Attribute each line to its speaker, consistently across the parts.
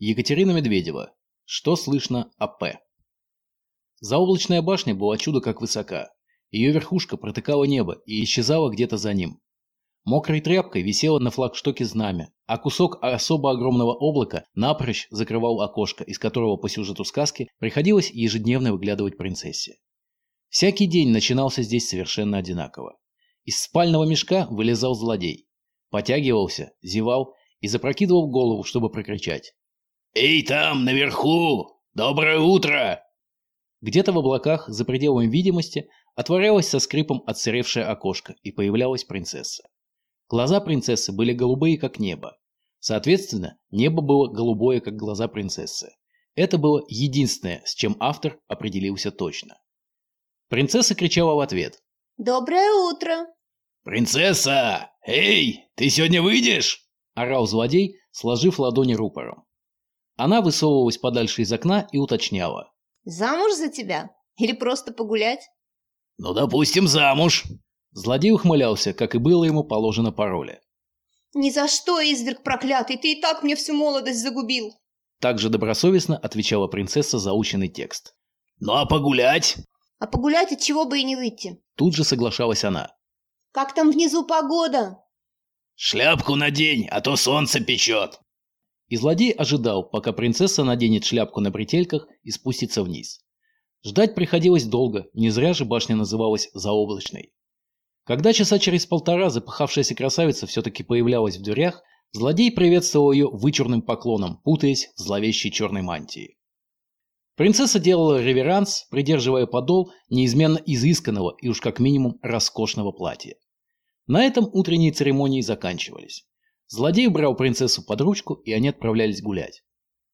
Speaker 1: Екатерина Медведева. Что слышно о П? Заоблачная башня была чудо как высока. Ее верхушка протыкала небо и исчезала где-то за ним. Мокрой тряпкой висело на флагштоке знамя, а кусок особо огромного облака напрочь закрывал окошко, из которого по сюжету сказки приходилось ежедневно выглядывать принцессе. Всякий день начинался здесь совершенно одинаково. Из спального мешка вылезал злодей. Потягивался, зевал и запрокидывал голову, чтобы прокричать: «Эй, там, наверху! Доброе утро!» Где-то в облаках, за пределами видимости, отворялось со скрипом отсыревшее окошко, и появлялась принцесса. Глаза принцессы были голубые, как небо. Соответственно, небо было голубое, как глаза принцессы. Это было единственное, с чем автор определился точно. Принцесса кричала в ответ:
Speaker 2: «Доброе утро!»
Speaker 3: «Принцесса! Эй, ты сегодня выйдешь?»
Speaker 1: – орал злодей, сложив ладони рупором. Она высовывалась подальше из окна и уточняла:
Speaker 2: «Замуж за тебя? Или просто погулять?»
Speaker 3: «Ну, допустим, замуж!»
Speaker 1: Злодей ухмылялся, как и было ему положено по роли.
Speaker 2: «Ни за что, изверг проклятый, ты и так мне всю молодость загубил!»
Speaker 1: Также добросовестно отвечала принцесса заученный текст.
Speaker 3: «Ну а погулять?»
Speaker 2: «А погулять от чего бы и не выйти!»
Speaker 1: Тут же соглашалась она.
Speaker 2: «Как там внизу погода?»
Speaker 3: «Шляпку надень, а то солнце печет!»
Speaker 1: И злодей ожидал, пока принцесса наденет шляпку на бретельках и спустится вниз. Ждать приходилось долго, не зря же башня называлась заоблачной. Когда часа через полтора запыхавшаяся красавица все-таки появлялась в дверях, злодей приветствовал ее вычурным поклоном, путаясь в зловещей черной мантии. Принцесса делала реверанс, придерживая подол неизменно изысканного и уж как минимум роскошного платья. На этом утренние церемонии заканчивались. Злодей брал принцессу под ручку, и они отправлялись гулять.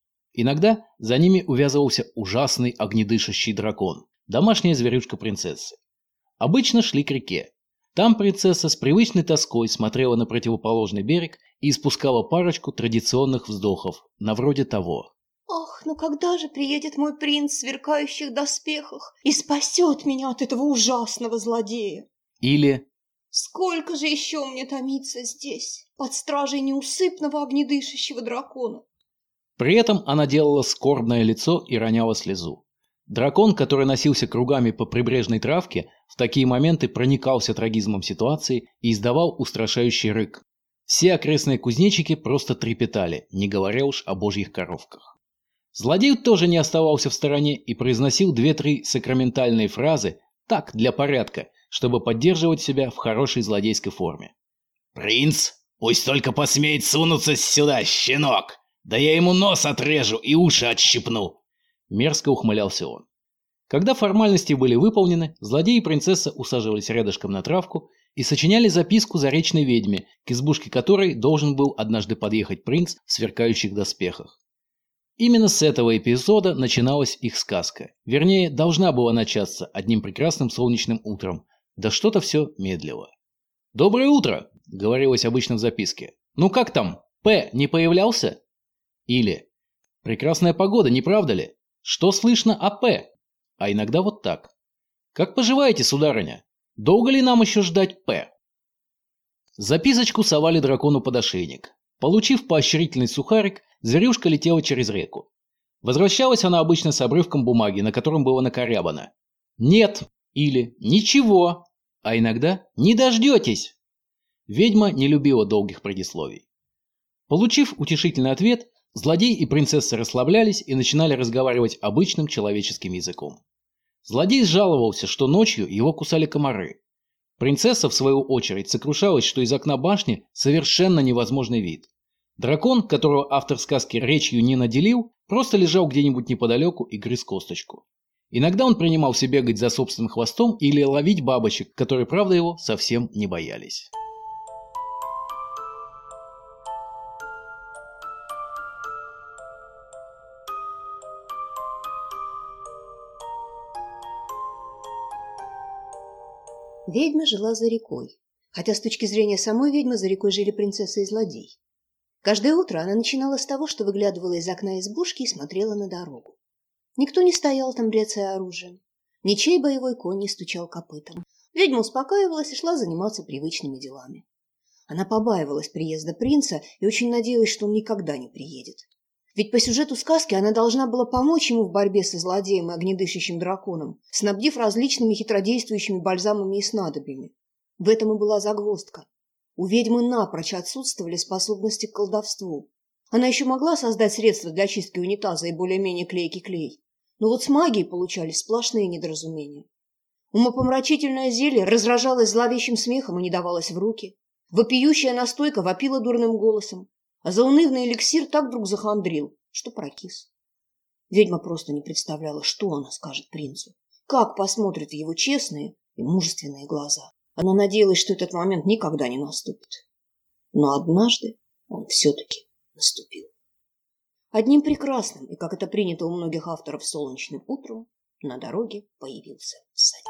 Speaker 1: Иногда за ними увязывался ужасный огнедышащий дракон, домашняя зверюшка принцессы. Обычно шли к реке. Там принцесса с привычной тоской смотрела на противоположный берег и испускала парочку традиционных вздохов, на вроде того:
Speaker 2: «Ах, ну когда же приедет мой принц в сверкающих доспехах и спасет меня от этого ужасного злодея?»
Speaker 1: Или:
Speaker 2: «Сколько же еще мне томиться здесь, под стражей неусыпного огнедышащего дракона?»
Speaker 1: При этом она делала скорбное лицо и роняла слезу. Дракон, который носился кругами по прибрежной травке, в такие моменты проникался трагизмом ситуации и издавал устрашающий рык. Все окрестные кузнечики просто трепетали, не говоря уж о божьих коровках. Злодей тоже не оставался в стороне и произносил 2-3 сакраментальные фразы, так, для порядка, чтобы поддерживать себя в хорошей злодейской форме.
Speaker 3: «Принц, пусть только посмеет сунуться сюда, щенок! Да я ему нос отрежу и уши отщипну!»
Speaker 1: Мерзко ухмылялся он. Когда формальности были выполнены, злодей и принцесса усаживались рядышком на травку и сочиняли записку заречной ведьме, к избушке которой должен был однажды подъехать принц в сверкающих доспехах. Именно с этого эпизода начиналась их сказка. Вернее, должна была начаться одним прекрасным солнечным утром, да что-то все медлило. «Доброе утро!» — говорилось обычно в записке. «Ну как там? П не появлялся?» Или: «Прекрасная погода, не правда ли? Что слышно о П?» А иногда вот так: «Как поживаете, сударыня? Долго ли нам еще ждать П?» Записочку совали дракону под ошейник. Получив поощрительный сухарик, зверюшка летела через реку. Возвращалась она обычно с обрывком бумаги, на котором было накорябано: «Нет» или «Ничего», а иногда «Не дождетесь». Ведьма не любила долгих предисловий. Получив утешительный ответ, злодей и принцесса расслаблялись и начинали разговаривать обычным человеческим языком. Злодей жаловался, что ночью его кусали комары. Принцесса, в свою очередь, сокрушалась, что из окна башни совершенно невозможный вид. Дракон, которого автор сказки речью не наделил, просто лежал где-нибудь неподалеку и грыз косточку. Иногда он принимался бегать за собственным хвостом или ловить бабочек, которые, правда, его совсем не боялись.
Speaker 2: Ведьма жила за рекой, хотя с точки зрения самой ведьмы за рекой жили принцесса и злодей. Каждое утро она начинала с того, что выглядывала из окна избушки и смотрела на дорогу. Никто не стоял там, бряцая оружием. Ничей боевой конь не стучал копытом. Ведьма успокаивалась и шла заниматься привычными делами. Она побаивалась приезда принца и очень надеялась, что он никогда не приедет. Ведь по сюжету сказки она должна была помочь ему в борьбе со злодеем и огнедышащим драконом, снабдив различными хитродействующими бальзамами и снадобьями. В этом и была загвоздка. У ведьмы напрочь отсутствовали способности к колдовству. Она еще могла создать средства для чистки унитаза и более-менее клейкий клей. Но вот с магией получались сплошные недоразумения. Умопомрачительное зелье разражалось зловещим смехом и не давалось в руки. Вопиющая настойка вопила дурным голосом. А заунывный эликсир так вдруг захандрил, что прокис. Ведьма просто не представляла, что она скажет принцу, как посмотрит в его честные и мужественные глаза. Она надеялась, что этот момент никогда не наступит. Но однажды он все-таки наступил. Одним прекрасным, и, как это принято у многих авторов, солнечным утром на дороге появился всадник.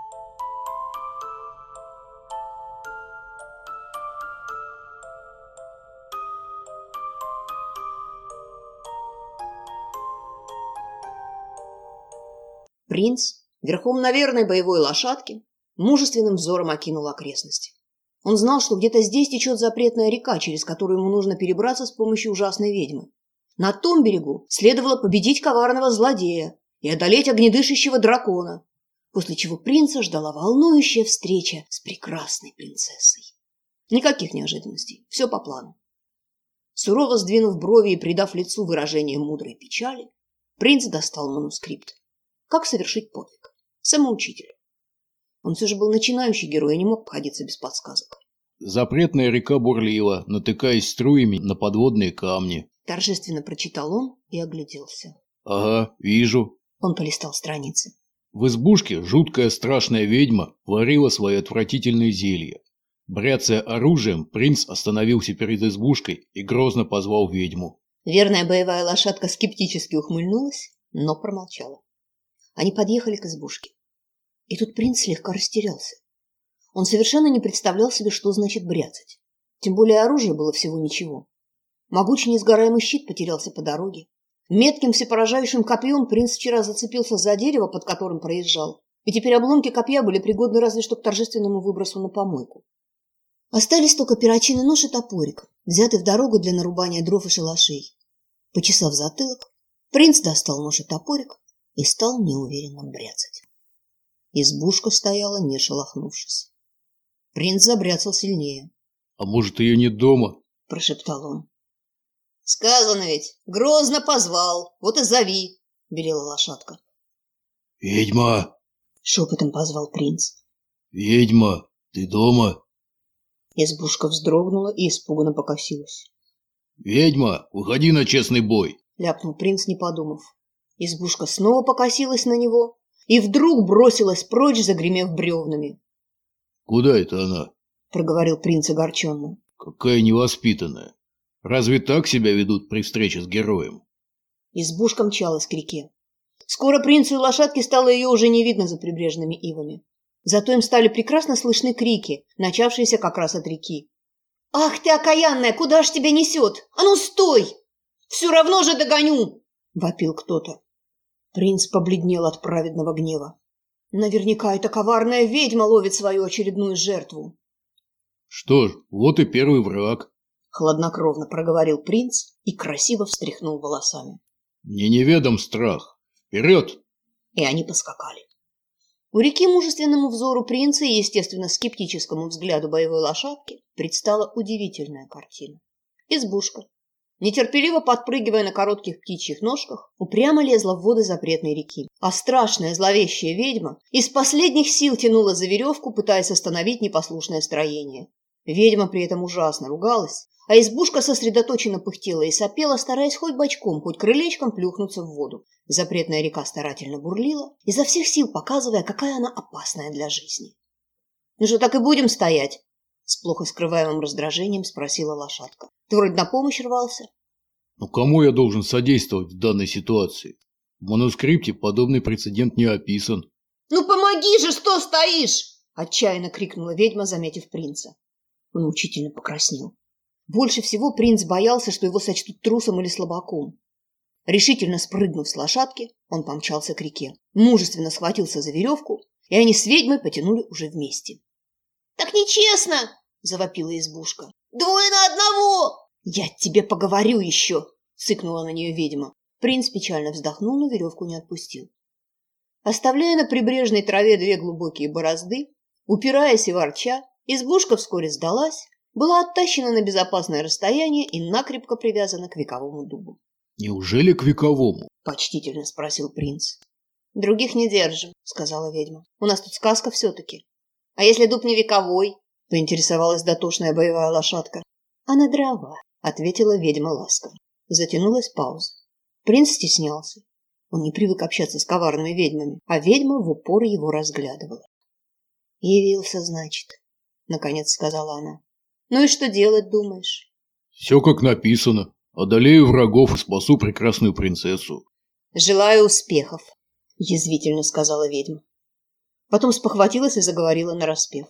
Speaker 2: Принц, верхом на верной боевой лошадке, мужественным взором окинул окрестности. Он знал, что где-то здесь течет запретная река, через которую ему нужно перебраться с помощью ужасной ведьмы. На том берегу следовало победить коварного злодея и одолеть огнедышащего дракона, после чего принца ждала волнующая встреча с прекрасной принцессой. Никаких неожиданностей, все по плану. Сурово сдвинув брови и придав лицу выражение мудрой печали, принц достал манускрипт. Как совершить подвиг? Самоучитель. Он все же был начинающий герой и не мог обходиться без подсказок.
Speaker 1: Запретная река бурлила, натыкаясь струями на подводные камни.
Speaker 2: Торжественно прочитал он и огляделся.
Speaker 1: Ага, вижу.
Speaker 2: Он полистал страницы.
Speaker 1: В избушке жуткая страшная ведьма варила свои отвратительные зелья. Бряцая оружием, принц остановился перед избушкой и грозно позвал ведьму.
Speaker 2: Верная боевая лошадка скептически ухмыльнулась, но промолчала. Они подъехали к избушке. И тут принц слегка растерялся. Он совершенно не представлял себе, что значит бряцать. Тем более оружие было всего ничего. Могучий несгораемый щит потерялся по дороге. Метким всепоражающим копьем принц вчера зацепился за дерево, под которым проезжал, и теперь обломки копья были пригодны разве что к торжественному выбросу на помойку. Остались только перочинный нож и топорик, взятый в дорогу для нарубания дров и шалашей. Почесав затылок, принц достал нож и топорик и стал неуверенно бряцать. Избушка стояла, не шелохнувшись. Принц забряцал сильнее.
Speaker 1: — А может, ее нет дома?
Speaker 2: — прошептал он. — Сказано ведь, грозно позвал, вот и зови, — велела лошадка.
Speaker 1: — Ведьма!
Speaker 2: — шепотом позвал принц.
Speaker 1: — Ведьма, ты дома?
Speaker 2: Избушка вздрогнула и испуганно покосилась.
Speaker 1: — Ведьма, выходи на честный бой!
Speaker 2: — ляпнул принц, не подумав. Избушка снова покосилась на него и вдруг бросилась прочь, загремев бревнами.
Speaker 1: — Куда это она?
Speaker 2: — проговорил принц огорченно.
Speaker 1: — Какая невоспитанная! Разве так себя ведут при встрече с героем?
Speaker 2: Избушка мчалась к реке. Скоро принцу и лошадке стало ее уже не видно за прибрежными ивами. Зато им стали прекрасно слышны крики, начавшиеся как раз от реки. — Ах ты, окаянная, куда ж тебя несет? А ну стой! Все равно же догоню! — вопил кто-то. Принц побледнел от праведного гнева. Наверняка эта коварная ведьма ловит свою очередную жертву.
Speaker 1: — Что ж, вот и первый враг.
Speaker 2: — хладнокровно проговорил принц и красиво встряхнул волосами.
Speaker 1: — Мне неведом страх. Вперед!
Speaker 2: И они поскакали. У реки мужественному взору принца и, естественно, скептическому взгляду боевой лошадки предстала удивительная картина. Избушка, нетерпеливо подпрыгивая на коротких птичьих ножках, упрямо лезла в воды запретной реки, а страшная зловещая ведьма из последних сил тянула за веревку, пытаясь остановить непослушное строение. Ведьма при этом ужасно ругалась, а избушка сосредоточенно пыхтела и сопела, стараясь хоть бочком, хоть крылечком плюхнуться в воду. Запретная река старательно бурлила, изо всех сил показывая, какая она опасная для жизни. — Ну что, так и будем стоять? — с плохо скрываемым раздражением спросила лошадка. — Ты вроде на помощь рвался.
Speaker 1: — Но кому я должен содействовать в данной ситуации? В манускрипте подобный прецедент не описан.
Speaker 2: — Ну помоги же, что стоишь! — отчаянно крикнула ведьма, заметив принца. Он мучительно покраснел. Больше всего принц боялся, что его сочтут трусом или слабаком. Решительно спрыгнув с лошадки, он помчался к реке, мужественно схватился за веревку, и они с ведьмой потянули уже вместе. — Так нечестно! — завопила избушка. — Двое на одного! — Я тебе поговорю еще! — цыкнула на нее ведьма. Принц печально вздохнул, но веревку не отпустил. Оставляя на прибрежной траве две глубокие борозды, упираясь и ворча, избушка вскоре сдалась, была оттащена на безопасное расстояние и накрепко привязана к вековому дубу.
Speaker 1: «Неужели к вековому?»
Speaker 2: — почтительно спросил принц. «Других не держим», — сказала ведьма. «У нас тут сказка все-таки». «А если дуб не вековой?» — поинтересовалась дотошная боевая лошадка. «А на дрова», — ответила ведьма ласково. Затянулась пауза. Принц стеснялся. Он не привык общаться с коварными ведьмами, а ведьма в упор его разглядывала. «Явился, значит», — наконец сказала она. «Ну и что делать, думаешь?»
Speaker 1: «Все как написано. Одолею врагов и спасу прекрасную принцессу».
Speaker 2: «Желаю успехов», — язвительно сказала ведьма. Потом спохватилась и заговорила нараспев.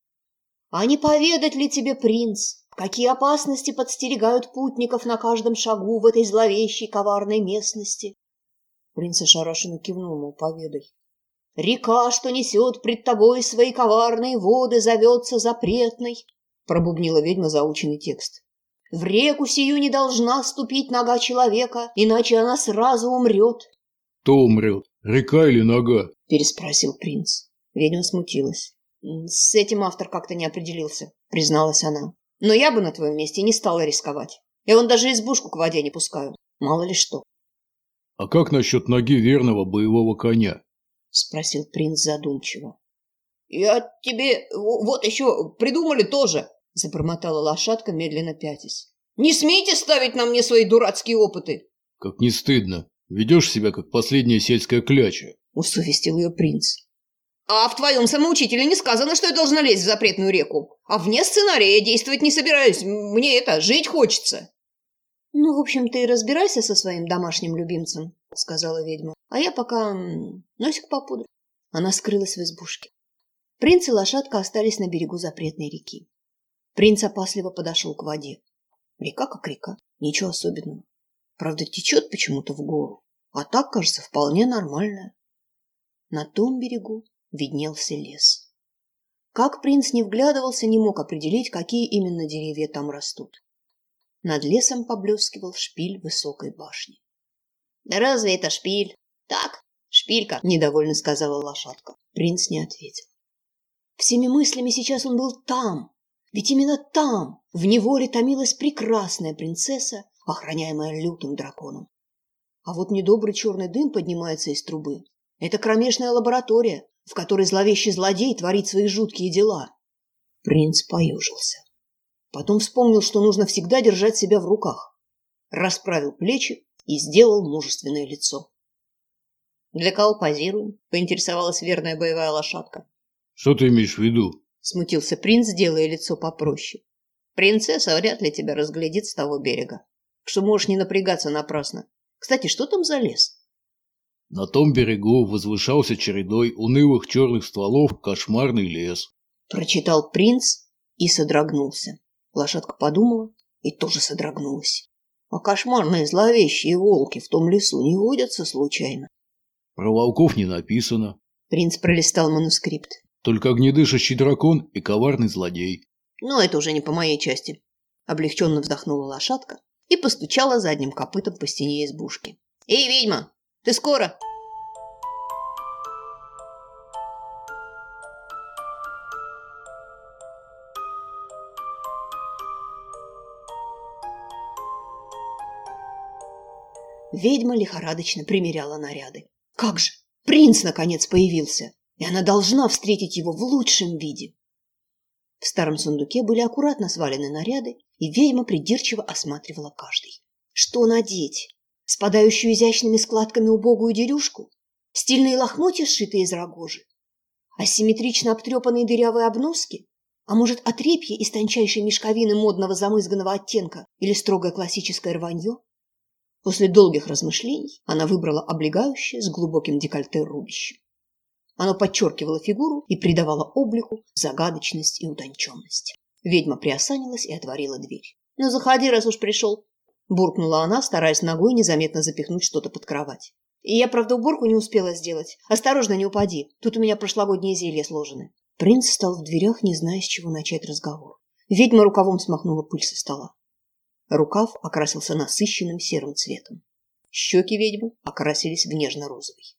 Speaker 2: «А не поведать ли тебе, принц, какие опасности подстерегают путников на каждом шагу в этой зловещей коварной местности?» Принц ошарашенно кивнул, мол, поведай. «Река, что несет пред тобой свои коварные воды, зовется запретной», — пробубнила ведьма заученный текст. «В реку сию не должна ступить нога человека, иначе она сразу умрет».
Speaker 1: «Кто умрет? Река или нога?» —
Speaker 2: переспросил принц. Ведьма смутилась. «С этим автор как-то не определился», — призналась она. «Но я бы на твоем месте не стала рисковать. Я вон даже избушку к воде не пускаю. Мало ли что».
Speaker 1: «А как насчет ноги верного боевого коня?»
Speaker 2: — спросил принц задумчиво. «Я тебе вот еще придумали тоже», — забормотала лошадка, медленно пятясь. «Не смейте ставить на мне свои дурацкие опыты!»
Speaker 1: «Как не стыдно. Ведешь себя, как последняя сельская кляча»,
Speaker 2: — усовестил ее принц. «А в твоем самоучителе не сказано, что я должна лезть в запретную реку. А вне сценария я действовать не собираюсь. Мне жить хочется». «Ну, в общем, ты разбирайся со своим домашним любимцем», — сказала ведьма. «А я пока носик попудрю». Она скрылась в избушке. Принц и лошадка остались на берегу запретной реки. Принц опасливо подошел к воде. Река как река, ничего особенного. Правда, течет почему-то в гору, а так, кажется, вполне нормальная. На том берегу виднелся лес. Как принц не вглядывался, не мог определить, какие именно деревья там растут. Над лесом поблескивал шпиль высокой башни. «Да разве это шпиль?» «Так, шпилька», — недовольно сказала лошадка. Принц не ответил. Всеми мыслями сейчас он был там, ведь именно там в неволе томилась прекрасная принцесса, охраняемая лютым драконом. А вот недобрый черный дым поднимается из трубы. Это кромешная лаборатория, в которой зловещий злодей творит свои жуткие дела. Принц поежился. Потом вспомнил, что нужно всегда держать себя в руках. Расправил плечи и сделал мужественное лицо. «Для кого позируем?» — поинтересовалась верная боевая лошадка.
Speaker 1: «Что ты имеешь в виду?»
Speaker 2: — смутился принц, делая лицо попроще. «Принцесса вряд ли тебя разглядит с того берега, так что можешь не напрягаться напрасно. Кстати, что там за лес?»
Speaker 1: На том берегу возвышался чередой унылых черных стволов кошмарный лес.
Speaker 2: Прочитал принц и содрогнулся. Лошадка подумала и тоже содрогнулась. А кошмарные зловещие волки в том лесу не водятся случайно?
Speaker 1: Про волков не написано.
Speaker 2: Принц пролистал манускрипт.
Speaker 1: Только огнедышащий дракон и коварный злодей.
Speaker 2: Но это уже не по моей части. Облегченно вздохнула лошадка и постучала задним копытом по стене избушки. «Эй, ведьма, ты скоро?» Ведьма лихорадочно примеряла наряды. Как же! Принц, наконец, появился, и она должна встретить его в лучшем виде. В старом сундуке были аккуратно свалены наряды, и ведьма придирчиво осматривала каждый. Что надеть? Спадающую изящными складками убогую дерюшку? Стильные лохмотья, сшитые из рогожи? Асимметрично обтрепанные дырявые обноски? А может, отрепье из тончайшей мешковины модного замызганного оттенка или строгое классическое рванье? После долгих размышлений она выбрала облегающее с глубоким декольте рубище. Оно подчеркивало фигуру и придавало облику загадочность и утонченность. Ведьма приосанилась и отворила дверь. «Ну, заходи, раз уж пришел», — буркнула она, стараясь ногой незаметно запихнуть что-то под кровать. «И я, правда, уборку не успела сделать. Осторожно, не упади. Тут у меня прошлогодние зелья сложены». Принц встал в дверях, не зная, с чего начать разговор. Ведьма рукавом смахнула пыль со стола. Рукав окрасился насыщенным серым цветом. Щеки ведьмы окрасились в нежно-розовый.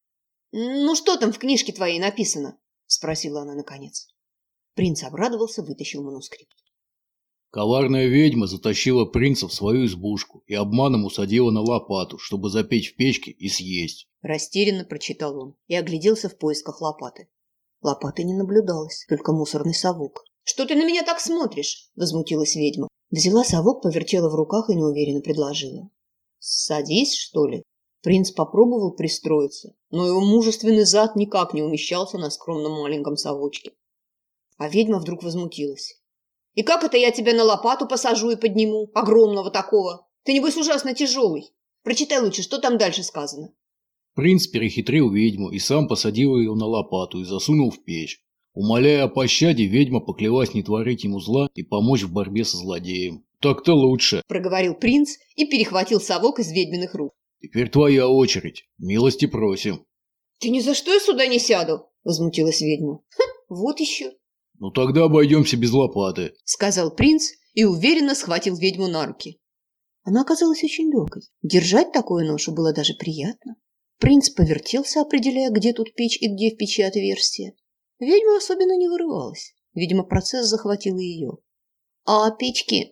Speaker 2: «Ну что там в книжке твоей написано?» – спросила она наконец. Принц обрадовался, вытащил манускрипт.
Speaker 1: Коварная ведьма затащила принца в свою избушку и обманом усадила на лопату, чтобы запечь в печке и съесть.
Speaker 2: Растерянно прочитал он и огляделся в поисках лопаты. Лопаты не наблюдалось, только мусорный совок. «Что ты на меня так смотришь?» – возмутилась ведьма. Взяла совок, повертела в руках и неуверенно предложила. «Садись, что ли?» Принц попробовал пристроиться, но его мужественный зад никак не умещался на скромном маленьком совочке. А ведьма вдруг возмутилась. «И как это я тебя на лопату посажу и подниму, огромного такого? Ты, небось, ужасно тяжелый. Прочитай лучше, что там дальше сказано».
Speaker 1: Принц перехитрил ведьму и сам посадил ее на лопату и засунул в печь. Умоляя о пощаде, ведьма поклялась не творить ему зла и помочь в борьбе со злодеем. «Так-то лучше», –
Speaker 2: проговорил принц и перехватил совок из ведьминых рук.
Speaker 1: «Теперь твоя очередь. Милости просим».
Speaker 2: «Ты ни за что я сюда не сяду!» – возмутилась ведьма. «Вот еще!»
Speaker 1: «Ну тогда обойдемся без лопаты», –
Speaker 2: сказал принц и уверенно схватил ведьму на руки. Она оказалась очень легкой. Держать такую ношу было даже приятно. Принц повертелся, определяя, где тут печь и где в печи отверстие. Ведьма особенно не вырывалась. Видимо, процесс захватил и ее. «А печки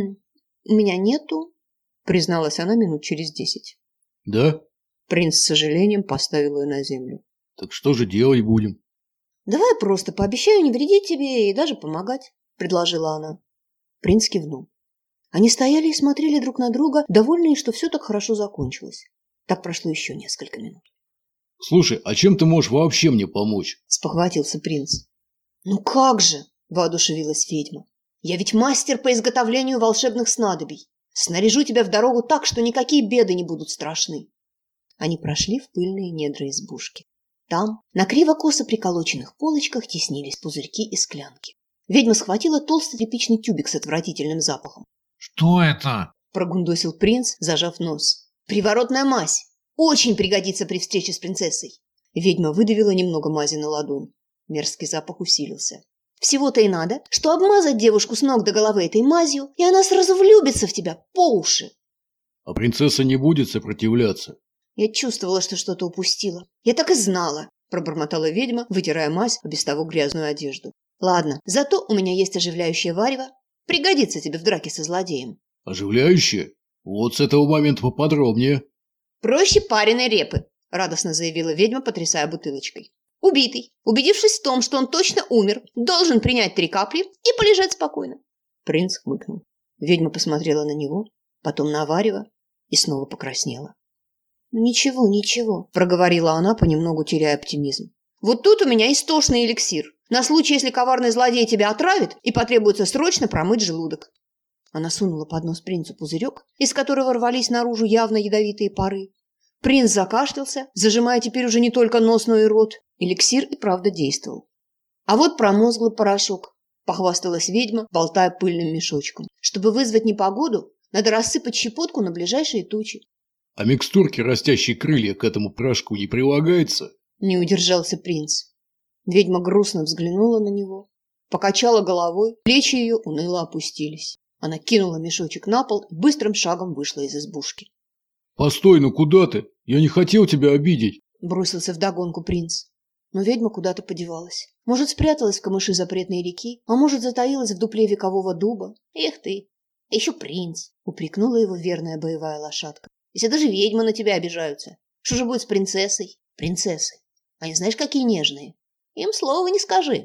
Speaker 2: у меня нету», – призналась она минут через 10.
Speaker 1: «Да?»
Speaker 2: Принц с сожалением поставил ее на землю.
Speaker 1: «Так что же делать будем?»
Speaker 2: «Давай просто пообещаю не вредить тебе и даже помогать», – предложила она. Принц кивнул. Они стояли и смотрели друг на друга, довольные, что все так хорошо закончилось. Так прошло еще несколько минут.
Speaker 1: «Слушай, а чем ты можешь вообще мне помочь?» –
Speaker 2: спохватился принц. «Ну как же!» – воодушевилась ведьма. «Я ведь мастер по изготовлению волшебных снадобий. Снаряжу тебя в дорогу так, что никакие беды не будут страшны». Они прошли в пыльные недра избушки. Там, на криво-косо приколоченных полочках, теснились пузырьки и склянки. Ведьма схватила толстый тряпичный тюбик с отвратительным запахом.
Speaker 3: «Что это?» –
Speaker 2: прогундосил принц, зажав нос. «Приворотная мазь! Очень пригодится при встрече с принцессой!» Ведьма выдавила немного мази на ладонь. Мерзкий запах усилился. «Всего-то и надо, что обмазать девушку с ног до головы этой мазью, и она сразу влюбится в тебя по уши!»
Speaker 1: «А принцесса не будет сопротивляться?»
Speaker 2: «Я чувствовала, что что-то упустила. Я так и знала!» – пробормотала ведьма, вытирая мазь о без того грязную одежду. «Ладно, зато у меня есть оживляющее варево. Пригодится тебе в драке со злодеем».
Speaker 1: «Оживляющее? Вот с этого момента поподробнее».
Speaker 2: «Проще пареной репы», – радостно заявила ведьма, потрясая бутылочкой. «Убитый, убедившись в том, что он точно умер, должен принять 3 капли и полежать спокойно». Принц хмыкнул. Ведьма посмотрела на него, потом на варево и снова покраснела. «Ничего, ничего», – проговорила она, понемногу теряя оптимизм. «Вот тут у меня истошный эликсир, на случай, если коварный злодей тебя отравит и потребуется срочно промыть желудок». Она сунула под нос принцу пузырек, из которого рвались наружу явно ядовитые пары. Принц закашлялся, зажимая теперь уже не только нос, но и рот. Эликсир и правда действовал. «А вот промозглый порошок», – похвасталась ведьма, болтая пыльным мешочком. «Чтобы вызвать непогоду, надо рассыпать щепотку на ближайшие тучи».
Speaker 1: «А микстурки, растящие крылья, к этому порошку не прилагается?» –
Speaker 2: не удержался принц. Ведьма грустно взглянула на него, покачала головой, плечи ее уныло опустились. Она кинула мешочек на пол и быстрым шагом вышла из избушки.
Speaker 1: «Постой, ну куда ты? Я не хотел тебя обидеть!» –
Speaker 2: бросился вдогонку принц. Но ведьма куда-то подевалась. Может, спряталась в камыши запретной реки, а может, затаилась в дупле векового дуба. «Эх ты! Еще принц!» – упрекнула его верная боевая лошадка. «Если даже ведьмы на тебя обижаются, что же будет с принцессой?» «Принцессы! Они знаешь, какие нежные! Им слова не скажи!»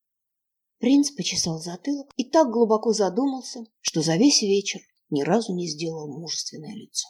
Speaker 2: Принц почесал затылок и так глубоко задумался, что за весь вечер ни разу не сделал мужественное лицо.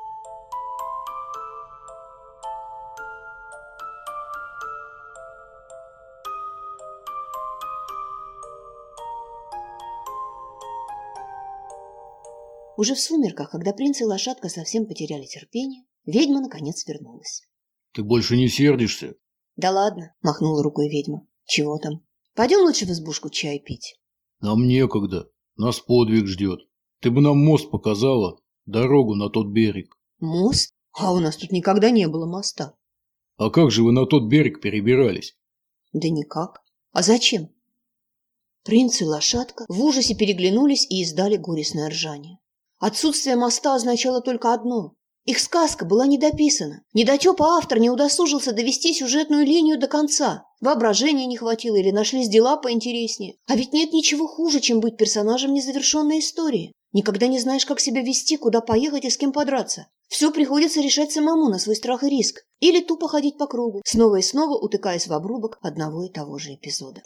Speaker 2: Уже в сумерках, когда принц и лошадка совсем потеряли терпение, ведьма наконец вернулась.
Speaker 1: «Ты больше не сердишься?»
Speaker 2: «Да ладно», – махнула рукой ведьма. «Чего там? Пойдем лучше в избушку чай пить».
Speaker 1: «Нам некогда. Нас подвиг ждет. Ты бы нам мост показала, дорогу на тот берег».
Speaker 2: «Мост? А у нас тут никогда не было моста».
Speaker 1: «А как же вы на тот берег перебирались?»
Speaker 2: «Да никак. А зачем?» Принц и лошадка в ужасе переглянулись и издали горестное ржание. Отсутствие моста означало только одно. Их сказка была недописана. Недотепа автор не удосужился довести сюжетную линию до конца. Воображения не хватило или нашлись дела поинтереснее. А ведь нет ничего хуже, чем быть персонажем незавершенной истории. Никогда не знаешь, как себя вести, куда поехать и с кем подраться. Все приходится решать самому на свой страх и риск. Или тупо ходить по кругу, снова и снова утыкаясь в обрубок одного и того же эпизода.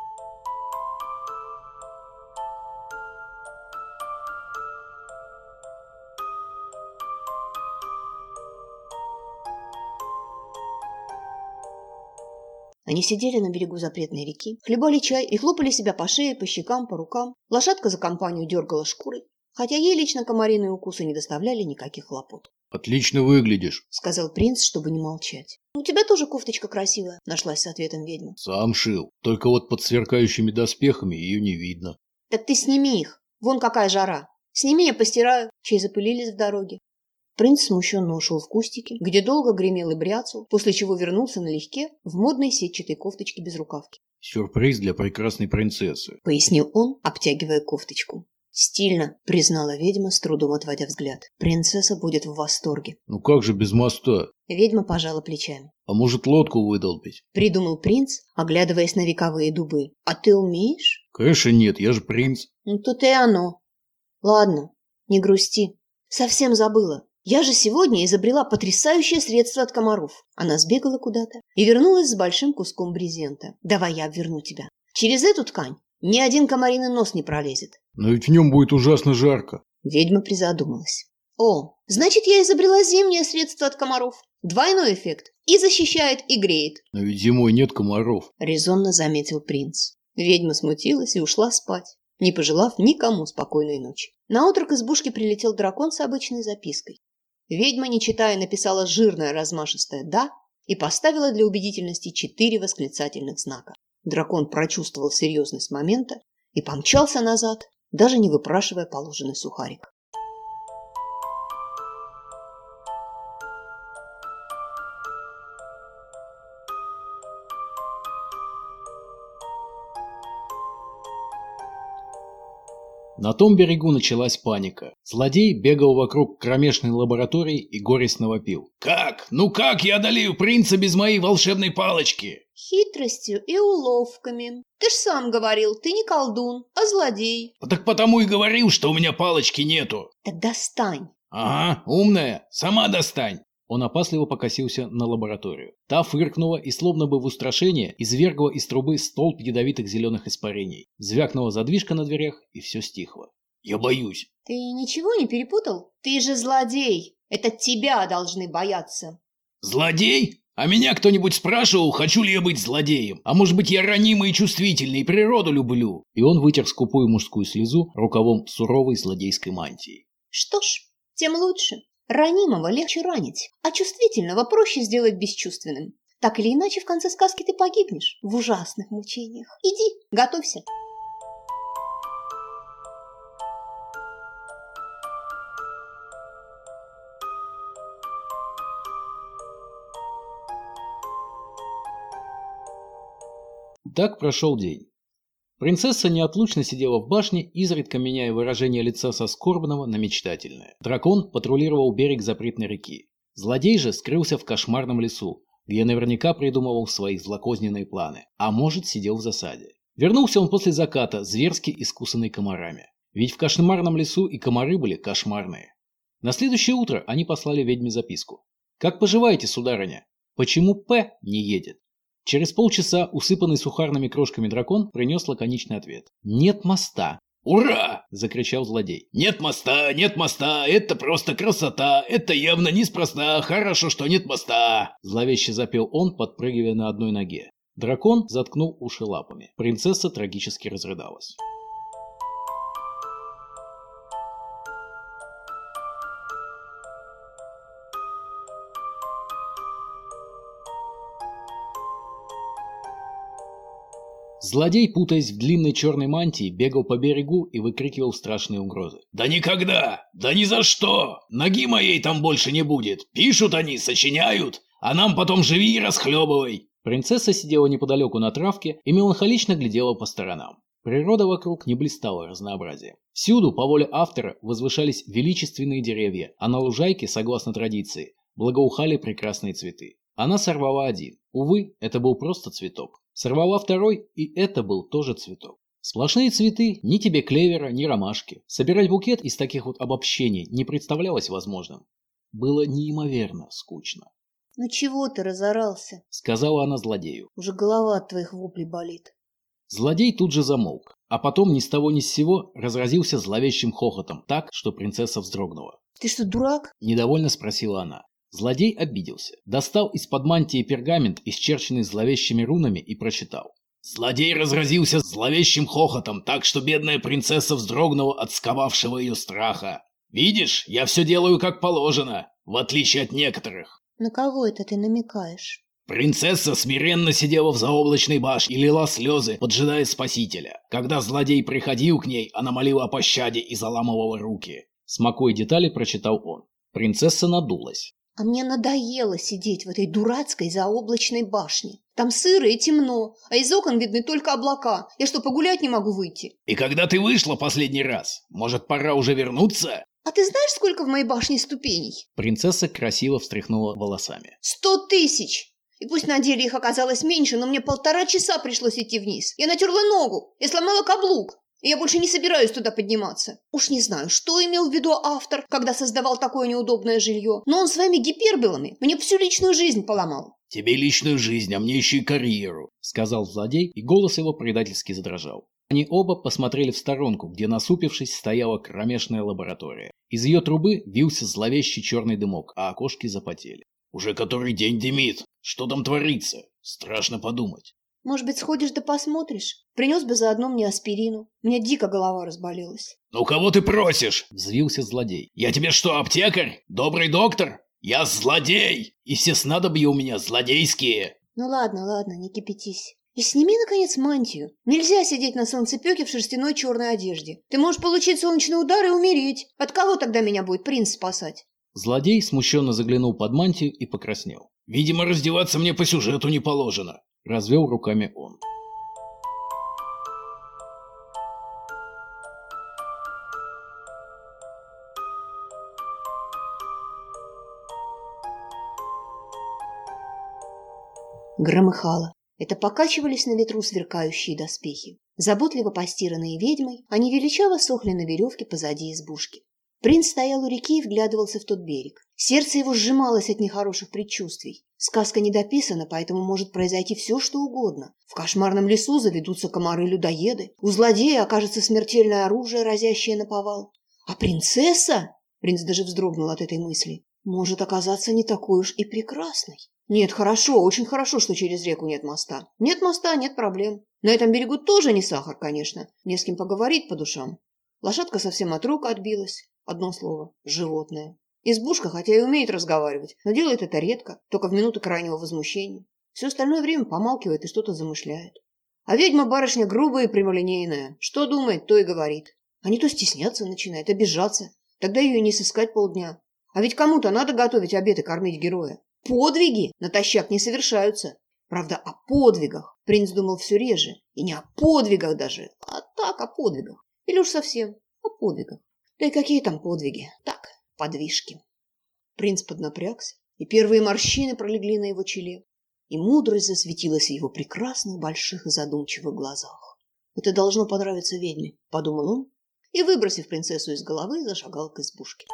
Speaker 2: Они сидели на берегу запретной реки, хлебали чай и хлопали себя по шее, по щекам, по рукам. Лошадка за компанию дергала шкурой, хотя ей лично комариные укусы не доставляли никаких хлопот.
Speaker 1: «Отлично выглядишь», —
Speaker 2: сказал принц, чтобы не молчать. «У тебя тоже кофточка красивая», — нашлась с ответом ведьма.
Speaker 1: «Сам шил, только вот под сверкающими доспехами ее не видно».
Speaker 2: «Так ты сними их, вон какая жара. Сними, я постираю, чей запылились в дороге». Принц смущенно ушел в кустики, где долго гремел и бряцал, после чего вернулся налегке в модной сетчатой кофточке без рукавки.
Speaker 1: «Сюрприз для прекрасной принцессы», —
Speaker 2: пояснил он, обтягивая кофточку. «Стильно», — признала ведьма, с трудом отводя взгляд. «Принцесса будет в восторге».
Speaker 1: «Ну как же без моста?»
Speaker 2: Ведьма пожала плечами.
Speaker 1: «А может, лодку выдолбить?»
Speaker 2: — придумал принц, оглядываясь на вековые дубы. «А ты умеешь?»
Speaker 1: «Конечно нет, я же принц».
Speaker 2: «Ну то-то и оно. Ладно, не грусти. Совсем забыла. Я же сегодня изобрела потрясающее средство от комаров». Она сбегала куда-то и вернулась с большим куском брезента. «Давай я обверну тебя. Через эту ткань ни один комариный нос не пролезет».
Speaker 1: «Но ведь в нем будет ужасно жарко».
Speaker 2: Ведьма призадумалась. «О, значит, я изобрела зимнее средство от комаров. Двойной эффект. И защищает, и греет».
Speaker 1: «Но ведь зимой нет комаров», —
Speaker 2: резонно заметил принц. Ведьма смутилась и ушла спать, не пожелав никому спокойной ночи. Наутро к избушке прилетел дракон с обычной запиской. Ведьма, не читая, написала жирное размашистое «да» и поставила для убедительности 4 восклицательных знака. Дракон прочувствовал серьезность момента и помчался назад, даже не выпрашивая положенный сухарик.
Speaker 1: На том берегу началась паника. Злодей бегал вокруг кромешной лаборатории и горестно вопил.
Speaker 3: «Как? Ну как я одолею принца без моей волшебной палочки?»
Speaker 2: «Хитростью и уловками. Ты ж сам говорил, ты не колдун, а злодей».
Speaker 3: «Так потому и говорил, что у меня палочки нету».
Speaker 2: «Так достань».
Speaker 3: «Ага, умная, сама достань».
Speaker 1: Он опасливо покосился на лабораторию. Та фыркнула и, словно бы в устрашение, извергла из трубы столб ядовитых зеленых испарений. Звякнула задвижка на дверях, и все стихло.
Speaker 3: «Я боюсь».
Speaker 2: «Ты ничего не перепутал? Ты же злодей. Это тебя должны бояться».
Speaker 3: «Злодей? А меня кто-нибудь спрашивал, хочу ли я быть злодеем? А может быть, я ранимый и чувствительный, и природу люблю?»
Speaker 1: И он вытер скупую мужскую слезу рукавом суровой злодейской мантии.
Speaker 2: «Что ж, тем лучше. Ранимого легче ранить, а чувствительного проще сделать бесчувственным. Так или иначе, в конце сказки ты погибнешь в ужасных мучениях. Иди, готовься».
Speaker 1: Так прошел день. Принцесса неотлучно сидела в башне, изредка меняя выражение лица со скорбного на мечтательное. Дракон патрулировал берег запретной реки. Злодей же скрылся в кошмарном лесу, где наверняка придумывал свои злокозненные планы, а может, сидел в засаде. Вернулся он после заката, зверски искусанный комарами. Ведь в кошмарном лесу и комары были кошмарные. На следующее утро они послали ведьме записку. «Как поживаете, сударыня? Почему П не едет?» Через полчаса усыпанный сухарными крошками дракон принес лаконичный ответ. «Нет моста».
Speaker 3: «Ура!» –
Speaker 1: закричал злодей.
Speaker 3: Нет моста, это просто красота, это явно неспроста, хорошо, что нет моста!»
Speaker 1: Зловеще запел он, подпрыгивая на одной ноге. Дракон заткнул уши лапами. Принцесса трагически разрыдалась. Злодей, путаясь в длинной черной мантии, бегал по берегу и выкрикивал страшные угрозы.
Speaker 3: «Да никогда! Да ни за что! Ноги моей там больше не будет! Пишут они, сочиняют, а нам потом живи и расхлебывай!»
Speaker 1: Принцесса сидела неподалеку на травке и меланхолично глядела по сторонам. Природа вокруг не блистала разнообразием. Всюду, по воле автора, возвышались величественные деревья, а на лужайке, согласно традиции, благоухали прекрасные цветы. Она сорвала один. Увы, это был просто цветок. Сорвала второй, и это был тоже цветок. Сплошные цветы, ни тебе клевера, ни ромашки. Собирать букет из таких вот обобщений не представлялось возможным. Было неимоверно скучно.
Speaker 2: «Ну чего ты разорался?» —
Speaker 1: сказала она злодею.
Speaker 2: «Уже голова от твоих воплей болит».
Speaker 1: Злодей тут же замолк, а потом ни с того ни с сего разразился зловещим хохотом так, что принцесса вздрогнула.
Speaker 2: «Ты что, дурак?»
Speaker 1: – недовольно спросила она. Злодей обиделся, достал из-под мантии пергамент, исчерченный зловещими рунами, и прочитал.
Speaker 3: Злодей разразился зловещим хохотом, так что бедная принцесса вздрогнула от сковавшего ее страха. «Видишь, я все делаю как положено, в отличие от некоторых».
Speaker 2: «На кого это ты намекаешь?»
Speaker 3: Принцесса смиренно сидела в заоблачной башне и лила слезы, поджидая спасителя. Когда злодей приходил к ней, она молила о пощаде и заламывала руки.
Speaker 1: Смакуя детали, прочитал он. Принцесса надулась.
Speaker 2: «А мне надоело сидеть в этой дурацкой заоблачной башне. Там сыро и темно, а из окон видны только облака. Я что, погулять не могу выйти?»
Speaker 3: «И когда ты вышла последний раз? Может, пора уже вернуться?»
Speaker 2: «А ты знаешь, сколько в моей башне ступеней?»
Speaker 1: Принцесса красиво встряхнула волосами.
Speaker 2: 100 000! И пусть на деле их оказалось меньше, но мне 1,5 часа пришлось идти вниз. Я натерла ногу и сломала каблук. И я больше не собираюсь туда подниматься. Уж не знаю, что имел в виду автор, когда создавал такое неудобное жилье, но он своими гиперболами мне всю личную жизнь поломал.
Speaker 3: «Тебе личную жизнь, а мне еще и карьеру»,
Speaker 1: — сказал злодей, и голос его предательски задрожал. Они оба посмотрели в сторонку, где, насупившись, стояла кромешная лаборатория. Из ее трубы вился зловещий черный дымок, а окошки запотели.
Speaker 3: «Уже который день дымит. Что там творится? Страшно подумать».
Speaker 2: «Может быть, сходишь да посмотришь? Принес бы заодно мне аспирину. У меня дико голова разболелась».
Speaker 3: «Ну кого ты просишь?» —
Speaker 1: взвился злодей.
Speaker 3: «Я тебе что, аптекарь? Добрый доктор? Я злодей! И все снадобья у меня злодейские!»
Speaker 2: «Ну ладно, ладно, не кипятись. И сними, наконец, мантию. Нельзя сидеть на солнцепёке в шерстяной черной одежде. Ты можешь получить солнечный удар и умереть. От кого тогда меня будет принц спасать?»
Speaker 1: Злодей смущенно заглянул под мантию и покраснел.
Speaker 3: «Видимо, раздеваться мне по сюжету не положено»,
Speaker 1: — развел руками он.
Speaker 2: Громыхало. Это покачивались на ветру сверкающие доспехи. Заботливо постиранные ведьмой, они величаво сохли на веревке позади избушки. Принц стоял у реки и вглядывался в тот берег. Сердце его сжималось от нехороших предчувствий. Сказка не дописана, поэтому может произойти все, что угодно. В кошмарном лесу заведутся комары-людоеды. У злодея окажется смертельное оружие, разящее наповал. А принцесса, принц даже вздрогнул от этой мысли, может оказаться не такой уж и прекрасной. Нет, хорошо, очень хорошо, что через реку нет моста. Нет моста, нет проблем. На этом берегу тоже не сахар, конечно. Не с кем поговорить по душам. Лошадка совсем от рук отбилась. Одно слово – животное. Избушка, хотя и умеет разговаривать, но делает это редко, только в минуты крайнего возмущения. Все остальное время помалкивает и что-то замышляет. А ведьма барышня грубая и прямолинейная. Что думает, то и говорит. А не то стесняться начинает, обижаться. Тогда ее и не сыскать полдня. А ведь кому-то надо готовить обед и кормить героя. Подвиги натощак не совершаются. Правда, о подвигах принц думал все реже. И не о подвигах даже, а так о подвигах. Или уж совсем о подвигах. Да и какие там подвиги? Так, подвижки. Принц поднапрягся, и первые морщины пролегли на его челе, и мудрость засветилась в его прекрасных, больших и задумчивых глазах. «Это должно понравиться ведьме», — подумал он, и, выбросив принцессу из головы, зашагал к избушке.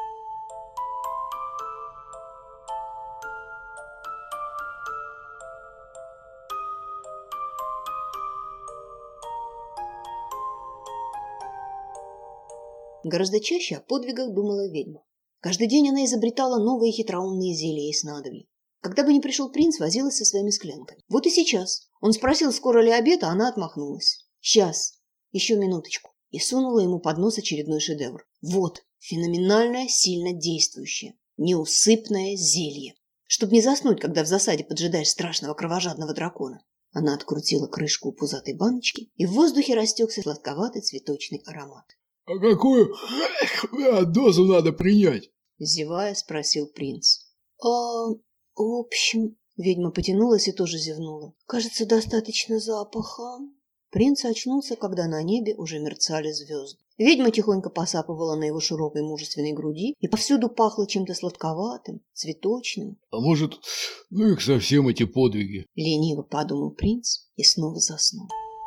Speaker 2: Гораздо чаще о подвигах думала ведьма. Каждый день она изобретала новые хитроумные зелья и снадобья. Когда бы ни пришел принц, возилась со своими склянками. Вот и сейчас. Он спросил, скоро ли обед, а она отмахнулась. «Сейчас. Еще минуточку». И сунула ему под нос очередной шедевр. Вот, феноменальное, сильно действующее, неусыпное зелье. Чтоб не заснуть, когда в засаде поджидаешь страшного кровожадного дракона. Она открутила крышку у пузатой баночки, и в воздухе растекся сладковатый цветочный аромат.
Speaker 4: «А какую дозу надо принять?»
Speaker 2: — зевая, спросил принц. В общем...» — ведьма потянулась и тоже зевнула. «Кажется, достаточно запаха». Принц очнулся, когда на небе уже мерцали звезды. Ведьма тихонько посапывала на его широкой мужественной груди, и повсюду пахло чем-то сладковатым, цветочным.
Speaker 4: А может, ну их совсем эти подвиги.
Speaker 2: Лениво подумал принц и снова заснул.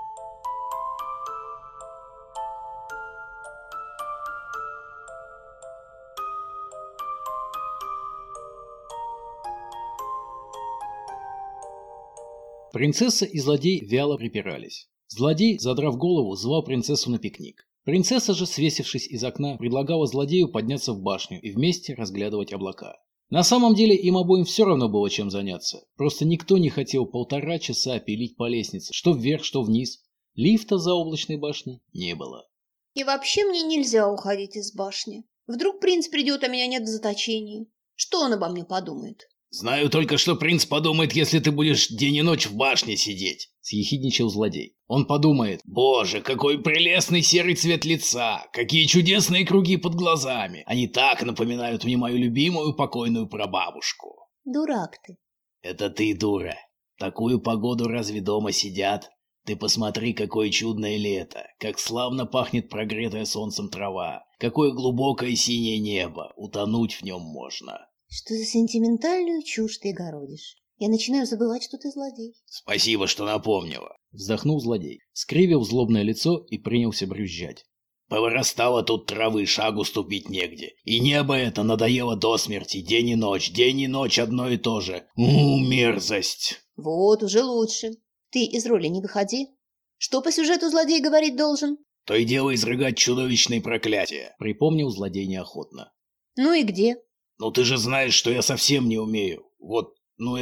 Speaker 1: Принцесса и злодей вяло припирались. Злодей, задрав голову, звал принцессу на пикник. Принцесса же, свесившись из окна, предлагала злодею подняться в башню и вместе разглядывать облака. На самом деле им обоим все равно было чем заняться. Просто никто не хотел 1,5 часа пилить по лестнице, что вверх, что вниз. Лифта за облачной башней не было.
Speaker 2: И вообще мне нельзя уходить из башни. Вдруг принц придет, а меня нет в заточении. Что он обо мне подумает?
Speaker 3: Знаю только, что принц подумает, если ты будешь день и ночь в башне сидеть.
Speaker 1: Съехидничал злодей.
Speaker 3: Он подумает: боже, какой прелестный серый цвет лица, какие чудесные круги под глазами. Они так напоминают мне мою любимую покойную прабабушку.
Speaker 2: Дурак ты.
Speaker 3: Это ты, дура. В такую погоду разве дома сидят? Ты посмотри, какое чудное лето, как славно пахнет прогретая солнцем трава, какое глубокое синее небо, утонуть в нем можно.
Speaker 2: Что за сентиментальную чушь ты городишь? Я начинаю забывать, что ты злодей.
Speaker 3: Спасибо, что напомнила.
Speaker 1: Вздохнул злодей, скривил злобное лицо и принялся брюзжать.
Speaker 3: Повырастало тут травы, шагу ступить негде. И небо это надоело до смерти, день и ночь одно и то же. Мерзость.
Speaker 2: Вот, уже лучше. Ты из роли не выходи. Что по сюжету злодей говорить должен?
Speaker 3: То и дело изрыгать чудовищные проклятия.
Speaker 1: Припомнил злодей неохотно.
Speaker 2: Ну и где?
Speaker 3: Ну ты же знаешь, что я совсем не умею. Вот,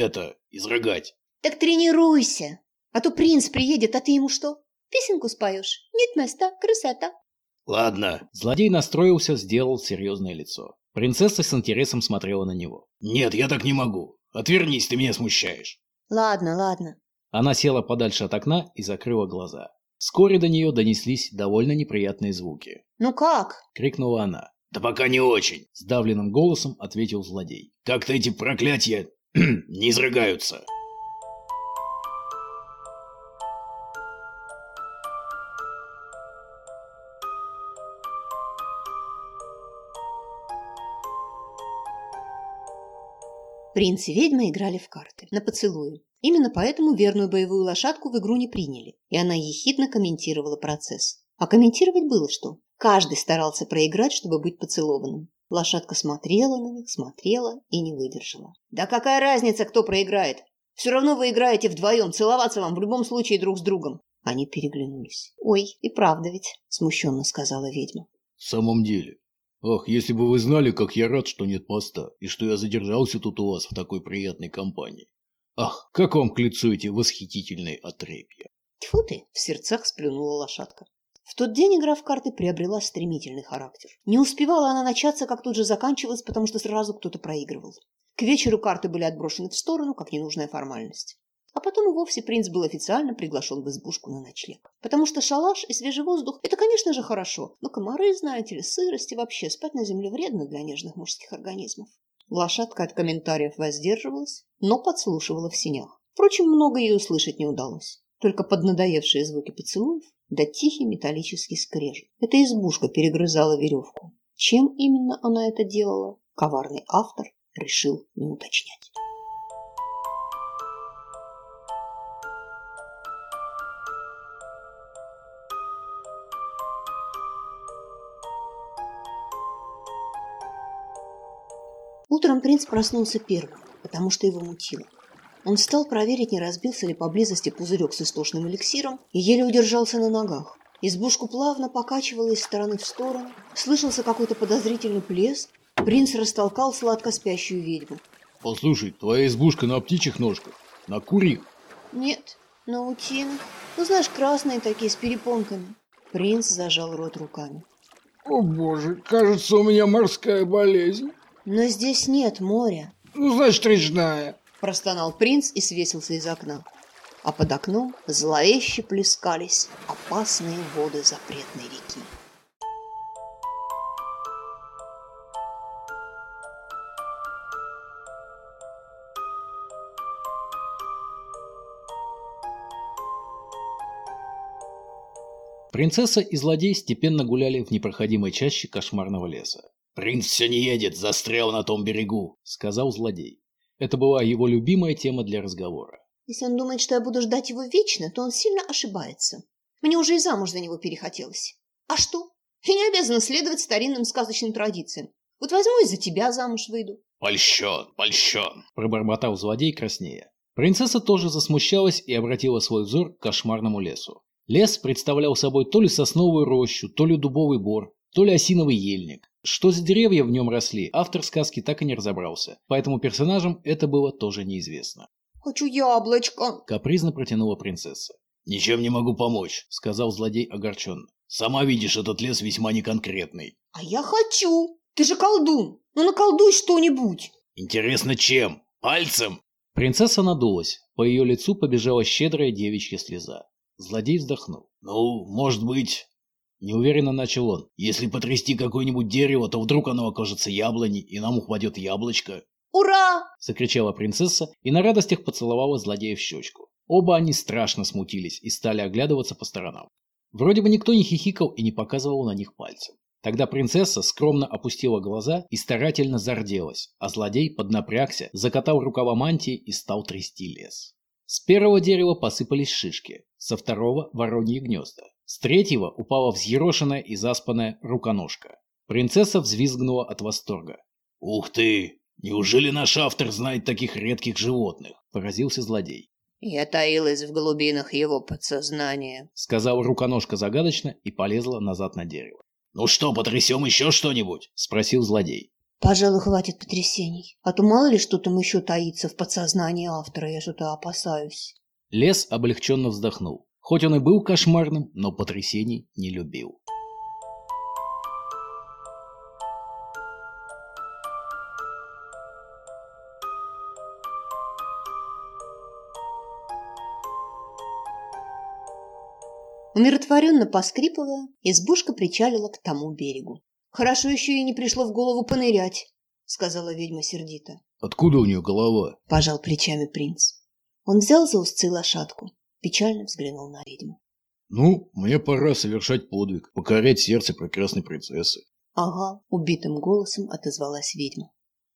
Speaker 3: изрыгать.
Speaker 2: Так тренируйся. А то принц приедет, а ты ему что? Песенку споешь? Нет места, красота.
Speaker 3: Ладно.
Speaker 1: Злодей настроился, сделал серьезное лицо. Принцесса с интересом смотрела на него.
Speaker 3: Нет, я так не могу. Отвернись, ты меня смущаешь.
Speaker 2: Ладно, ладно.
Speaker 1: Она села подальше от окна и закрыла глаза. Вскоре до нее донеслись довольно неприятные звуки.
Speaker 2: Ну как?
Speaker 1: Крикнула она.
Speaker 3: Да пока не очень.
Speaker 1: Сдавленным голосом ответил злодей.
Speaker 3: Как-то эти проклятия не изрыгаются.
Speaker 2: Принц и ведьма играли в карты, на поцелуи. Именно поэтому верную боевую лошадку в игру не приняли, и она ехидно комментировала процесс. А комментировать было что? Каждый старался проиграть, чтобы быть поцелованным. Лошадка смотрела на них, смотрела и не выдержала. «Да какая разница, кто проиграет? Все равно вы играете вдвоем, целоваться вам в любом случае друг с другом». Они переглянулись. «Ой, и правда ведь», — смущенно сказала ведьма.
Speaker 4: В самом деле. Ах, если бы вы знали, как я рад, что нет поста, и что я задержался тут у вас в такой приятной компании. Ах, как вам к лицу эти восхитительные отрепья.
Speaker 2: Тьфу ты, в сердцах сплюнула лошадка. В тот день игра в карты приобрела стремительный характер. Не успевала она начаться, как тут же заканчивалась, потому что сразу кто-то проигрывал. К вечеру карты были отброшены в сторону, как ненужная формальность. А потом и вовсе принц был официально приглашен в избушку на ночлег. Потому что шалаш и свежий воздух – это, конечно же, хорошо, но комары, знаете ли, сырость и вообще спать на земле вредно для нежных мужских организмов. Лошадка от комментариев воздерживалась, но подслушивала в сенях. Впрочем, много ей услышать не удалось. Только поднадоевшие звуки поцелуев да тихий металлический скрежет. Эта избушка перегрызала веревку. Чем именно она это делала, коварный автор решил не уточнять. Утром принц проснулся первым, потому что его мутило. Он встал проверить, не разбился ли поблизости пузырек с истошным эликсиром, и еле удержался на ногах. Избушку плавно покачивало из стороны в сторону, слышался какой-то подозрительный плеск. Принц растолкал сладко спящую ведьму.
Speaker 4: Послушай, твоя избушка на птичьих ножках, на курьих.
Speaker 2: Нет, на утиных. Ну, знаешь, красные такие, с перепонками. Принц зажал рот руками.
Speaker 4: О боже, кажется, у меня морская болезнь.
Speaker 2: Но здесь нет моря.
Speaker 4: Ну, значит, речная.
Speaker 2: Простонал принц и свесился из окна. А под окном зловеще плескались опасные воды запретной реки.
Speaker 1: Принцесса и злодей степенно гуляли в непроходимой чаще кошмарного леса.
Speaker 3: «Принц все не едет, застрял на том берегу»,
Speaker 1: — сказал злодей. Это была его любимая тема для разговора.
Speaker 2: Если он думает, что я буду ждать его вечно, то он сильно ошибается. Мне уже и замуж за него перехотелось. А что? Я не обязана следовать старинным сказочным традициям. Вот возьму и за тебя замуж выйду.
Speaker 3: «Польщен, польщен»,
Speaker 1: — пробормотал злодей краснея. Принцесса тоже засмущалась и обратила свой взор к кошмарному лесу. Лес представлял собой то ли сосновую рощу, то ли дубовый бор, то ли осиновый ельник. Что за деревья в нем росли, автор сказки так и не разобрался, поэтому персонажам это было тоже неизвестно.
Speaker 2: «Хочу яблочко!» —
Speaker 1: капризно протянула принцесса.
Speaker 3: «Ничем не могу помочь», —
Speaker 1: сказал злодей огорченно.
Speaker 3: «Сама видишь, этот лес весьма неконкретный».
Speaker 2: «А я хочу! Ты же колдун! Ну наколдуй что-нибудь!»
Speaker 3: «Интересно, чем? Пальцем?»
Speaker 1: Принцесса надулась, по ее лицу побежала щедрая девичья слеза. Злодей вздохнул.
Speaker 3: «Ну, может быть...»
Speaker 1: Неуверенно начал он.
Speaker 3: «Если потрясти какое-нибудь дерево, то вдруг оно окажется яблоней, и нам упадет яблочко».
Speaker 2: «Ура!»
Speaker 1: — закричала принцесса и на радостях поцеловала злодея в щечку. Оба они страшно смутились и стали оглядываться по сторонам. Вроде бы никто не хихикал и не показывал на них пальцем. Тогда принцесса скромно опустила глаза и старательно зарделась, а злодей поднапрягся, закатал рукава мантии и стал трясти лес. С первого дерева посыпались шишки, со второго – вороньи гнезда. С третьего упала взъерошенная и заспанная руконожка. Принцесса взвизгнула от восторга.
Speaker 3: «Ух ты! Неужели наш автор знает таких редких животных?» –
Speaker 1: поразился злодей.
Speaker 2: «Я таилась в глубинах его подсознания», –
Speaker 1: сказала руконожка загадочно и полезла назад на дерево.
Speaker 3: «Ну что, потрясем еще что-нибудь?» –
Speaker 1: спросил злодей.
Speaker 2: «Пожалуй, хватит потрясений. А то мало ли что там еще таится в подсознании автора, я что-то опасаюсь».
Speaker 1: Лес облегченно вздохнул. Хоть он и был кошмарным, но потрясений не любил.
Speaker 2: Умиротворенно поскрипывая, избушка причалила к тому берегу. «Хорошо еще и не пришло в голову понырять», — сказала ведьма сердито.
Speaker 4: «Откуда у нее голова?»
Speaker 2: — пожал плечами принц. Он взял за узцы лошадку, печально взглянул на ведьму.
Speaker 4: «Ну, мне пора совершать подвиг, покорять сердце прекрасной принцессы».
Speaker 2: «Ага», — убитым голосом отозвалась ведьма.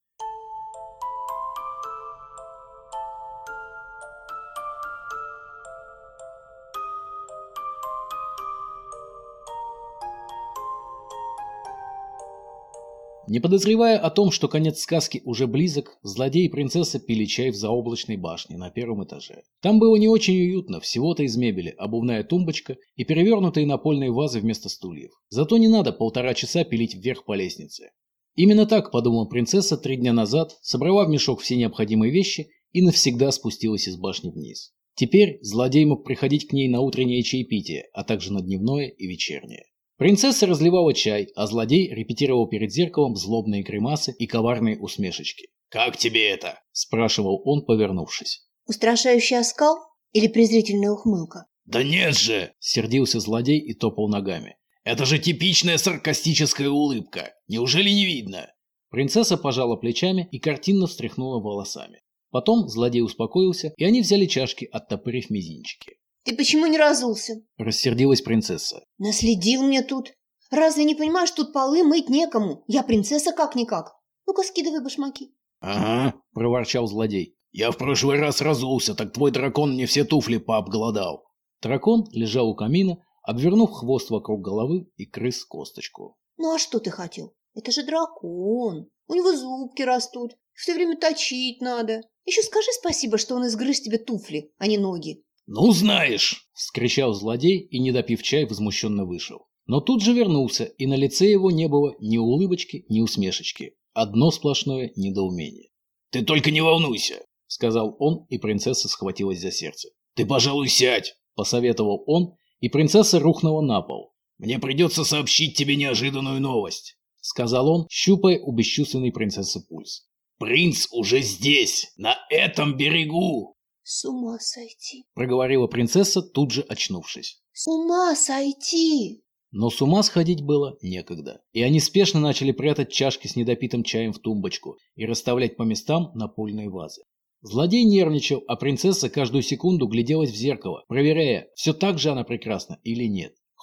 Speaker 1: Не подозревая о том, что конец сказки уже близок, злодей и принцесса пили чай в заоблачной башне на первом этаже. Там было не очень уютно, всего-то из мебели, обувная тумбочка и перевернутые напольные вазы вместо стульев. Зато не надо 1,5 часа пилить вверх по лестнице. Именно так подумала принцесса 3 дня назад, собрала в мешок все необходимые вещи и навсегда спустилась из башни вниз. Теперь злодей мог приходить к ней на утреннее чаепитие, а также на дневное и вечернее. Принцесса разливала чай, а злодей репетировал перед зеркалом злобные гримасы и коварные усмешечки.
Speaker 3: «Как тебе это?»
Speaker 1: – спрашивал он, повернувшись.
Speaker 2: «Устрашающий оскал или презрительная ухмылка?»
Speaker 3: «Да нет же!»
Speaker 1: – сердился злодей и топал ногами.
Speaker 3: «Это же типичная саркастическая улыбка! Неужели не видно?»
Speaker 1: Принцесса пожала плечами и картинно встряхнула волосами. Потом злодей успокоился, и они взяли чашки, оттопырив мизинчики.
Speaker 2: «Ты почему не разулся?» –
Speaker 1: рассердилась принцесса.
Speaker 2: «Наследил мне тут. Разве не понимаешь, тут полы мыть некому? Я принцесса как-никак. Ну-ка, скидывай башмаки».
Speaker 3: «Ага»,
Speaker 1: – проворчал злодей.
Speaker 3: «Я в прошлый раз разулся, так твой дракон мне все туфли пообглодал».
Speaker 1: Дракон лежал у камина, обвернув хвост вокруг головы и грыз косточку.
Speaker 2: «Ну а что ты хотел? Это же дракон. У него зубки растут. Все время точить надо. Еще скажи спасибо, что он изгрыз тебе туфли, а не ноги».
Speaker 3: «Ну, знаешь!»
Speaker 1: – вскричал злодей и, не допив чай, возмущенно вышел. Но тут же вернулся, и на лице его не было ни улыбочки, ни усмешечки. Одно сплошное недоумение.
Speaker 3: «Ты только не волнуйся!»
Speaker 1: – сказал он, и принцесса схватилась за сердце.
Speaker 3: «Ты, пожалуй, сядь!» –
Speaker 1: посоветовал он, и принцесса рухнула на пол.
Speaker 3: «Мне придется сообщить тебе неожиданную новость»,
Speaker 1: – сказал он, щупая у бесчувственной принцессы пульс.
Speaker 3: «Принц уже здесь, на этом берегу!»
Speaker 2: «С ума сойти!» –
Speaker 1: проговорила принцесса, тут же очнувшись.
Speaker 2: «С ума сойти!»
Speaker 1: Но с ума сходить было некогда, и они спешно начали прятать чашки с недопитым чаем в тумбочку и расставлять по местам напольные вазы. Злодей нервничал, а принцесса каждую секунду гляделась в зеркало, проверяя, все так же она прекрасна или нет.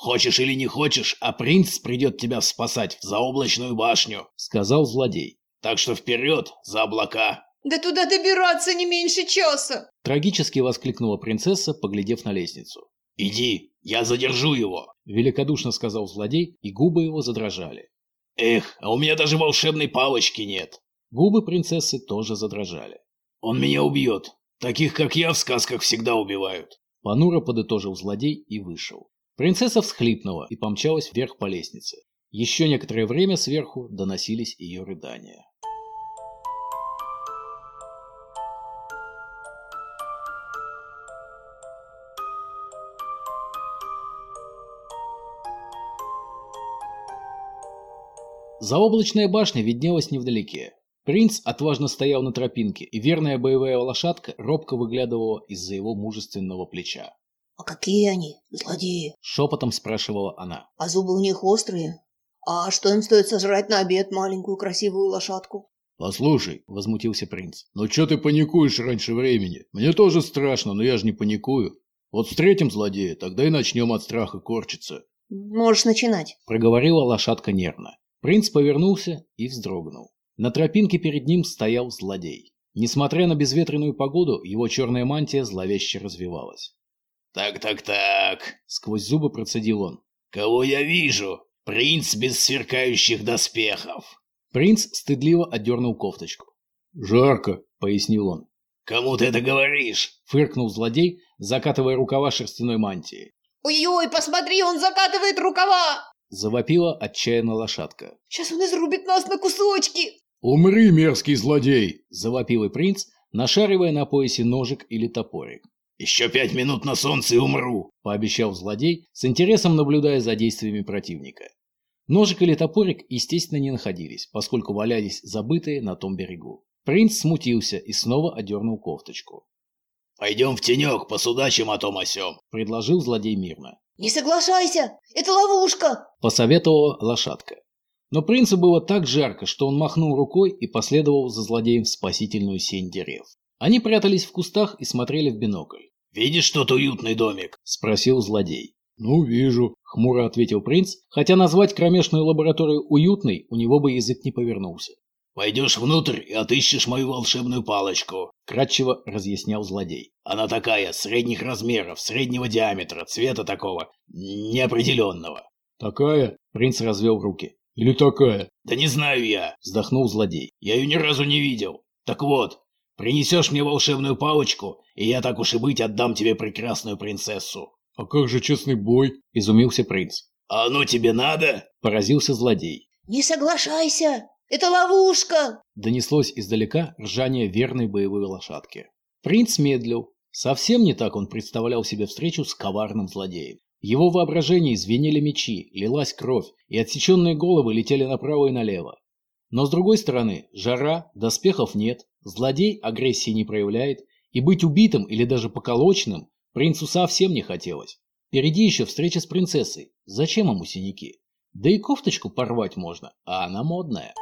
Speaker 3: Хочешь или не хочешь, а принц придет тебя спасать в заоблачную башню», — сказал злодей. «Так что вперед, за облака!»
Speaker 5: Да туда добираться не меньше часа.
Speaker 1: Трагически воскликнула принцесса, поглядев на лестницу.
Speaker 3: «Иди, я задержу его»,
Speaker 1: — великодушно сказал злодей, и губы его задрожали.
Speaker 3: «Эх, а у меня даже волшебной палочки нет».
Speaker 1: Губы принцессы тоже задрожали.
Speaker 3: «Он меня убьет. Таких, как я, в сказках всегда убивают».
Speaker 1: Понуро подытожил злодей и вышел. Принцесса всхлипнула и помчалась вверх по лестнице. Еще некоторое время сверху доносились ее рыдания. Заоблачная башня виднелась невдалеке. Принц отважно стоял на тропинке, и верная боевая лошадка робко выглядывала из-за его мужественного плеча.
Speaker 2: «А какие они, злодеи?»
Speaker 1: — шепотом спрашивала она.
Speaker 2: «А зубы у них острые? А что им стоит сожрать на обед маленькую красивую лошадку?»
Speaker 4: «Послушай», — возмутился принц, — «ну чё ты паникуешь раньше времени? Мне тоже страшно, но я же не паникую. Вот встретим злодея, тогда и начнем от страха корчиться».
Speaker 2: «Можешь начинать»,
Speaker 1: — проговорила лошадка нервно. Принц повернулся и вздрогнул. На тропинке перед ним стоял злодей. Несмотря на безветренную погоду, его черная мантия зловеще развивалась.
Speaker 3: «Так», —
Speaker 1: сквозь зубы процедил он.
Speaker 3: «Кого я вижу? Принц без сверкающих доспехов».
Speaker 1: Принц стыдливо отдернул кофточку.
Speaker 4: «Жарко»,
Speaker 1: — пояснил он.
Speaker 3: «Кому ты это говоришь?»
Speaker 1: — фыркнул злодей, закатывая рукава шерстяной мантии.
Speaker 5: Ой-ой, посмотри, он закатывает рукава.
Speaker 1: Завопила отчаянно лошадка.
Speaker 5: Сейчас он изрубит нас на кусочки.
Speaker 4: «Умри, мерзкий злодей!»
Speaker 1: — завопил и принц, нашаривая на поясе ножик или топорик.
Speaker 3: «Еще 5 минут на солнце и умру»,
Speaker 1: — пообещал злодей, с интересом наблюдая за действиями противника. Ножик или топорик, естественно, не находились, поскольку валялись забытые на том берегу. Принц смутился и снова одернул кофточку.
Speaker 3: «Пойдем в тенек, посудачим о том о сём»,
Speaker 1: — предложил злодей мирно.
Speaker 2: «Не соглашайся! Это ловушка!»
Speaker 1: — посоветовала лошадка. Но принцу было так жарко, что он махнул рукой и последовал за злодеем в спасительную сень дерев. Они прятались в кустах и смотрели в бинокль.
Speaker 3: «Видишь тот уютный домик?»
Speaker 1: — спросил злодей.
Speaker 4: «Ну, вижу»,
Speaker 1: — хмуро ответил принц, хотя назвать кромешную лабораторию уютной у него бы язык не повернулся.
Speaker 3: «Пойдешь внутрь и отыщешь мою волшебную палочку», —
Speaker 1: кратчево разъяснял злодей.
Speaker 3: «Она такая, средних размеров, среднего диаметра, цвета такого, неопределенного».
Speaker 4: «Такая?»
Speaker 1: — принц развел руки.
Speaker 4: «Или такая?»
Speaker 3: «Да не знаю я», —
Speaker 1: вздохнул злодей.
Speaker 3: «Я ее ни разу не видел. Так вот, принесешь мне волшебную палочку, и я, так уж и быть, отдам тебе прекрасную принцессу».
Speaker 4: «А как же честный бой?»
Speaker 1: — изумился принц.
Speaker 3: «А оно тебе надо?»
Speaker 1: — поразился злодей.
Speaker 2: «Не соглашайся! Это ловушка!»
Speaker 1: — донеслось издалека ржание верной боевой лошадки. Принц медлил. Совсем не так он представлял себе встречу с коварным злодеем. В его воображении звенели мечи, лилась кровь, и отсеченные головы летели направо и налево. Но с другой стороны, жара, доспехов нет, злодей агрессии не проявляет, и быть убитым или даже поколоченным принцу совсем не хотелось. Впереди еще встреча с принцессой. Зачем ему синяки? Да и кофточку порвать можно, а она модная.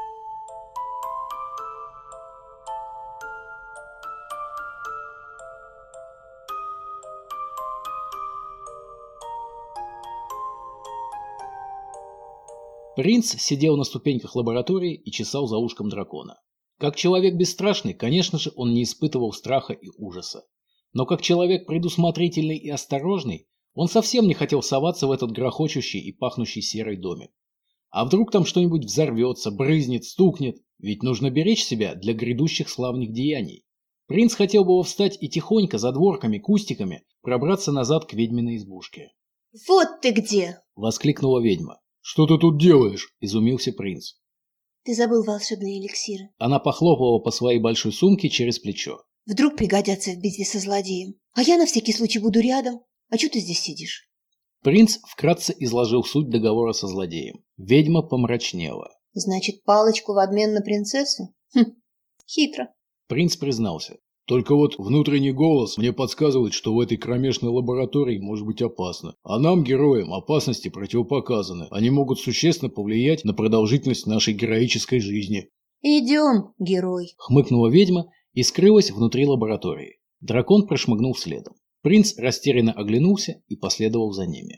Speaker 1: Принц сидел на ступеньках лаборатории и чесал за ушком дракона. Как человек бесстрашный, конечно же, он не испытывал страха и ужаса. Но как человек предусмотрительный и осторожный, он совсем не хотел соваться в этот грохочущий и пахнущий серой домик. А вдруг там что-нибудь взорвется, брызнет, стукнет, ведь нужно беречь себя для грядущих славных деяний. Принц хотел было встать и тихонько, за дворками, кустиками, пробраться назад к ведьминой избушке.
Speaker 2: «Вот ты где!»
Speaker 1: — воскликнула ведьма.
Speaker 4: «Что ты тут делаешь?»
Speaker 1: — изумился принц.
Speaker 2: «Ты забыл волшебные эликсиры.
Speaker 1: Она похлопывала по своей большой сумке через плечо.
Speaker 2: Вдруг пригодятся в битве со злодеем. А я на всякий случай буду рядом. А чё ты здесь сидишь?»
Speaker 1: Принц вкратце изложил суть договора со злодеем. Ведьма помрачнела.
Speaker 2: «Значит, палочку в обмен на принцессу? Хитро».
Speaker 1: Принц признался.
Speaker 4: «Только вот внутренний голос мне подсказывает, что в этой кромешной лаборатории может быть опасно. А нам, героям, опасности противопоказаны. Они могут существенно повлиять на продолжительность нашей героической жизни».
Speaker 2: «Идем, герой», —
Speaker 1: хмыкнула ведьма и скрылась внутри лаборатории. Дракон прошмыгнул следом. Принц растерянно оглянулся и последовал за ними.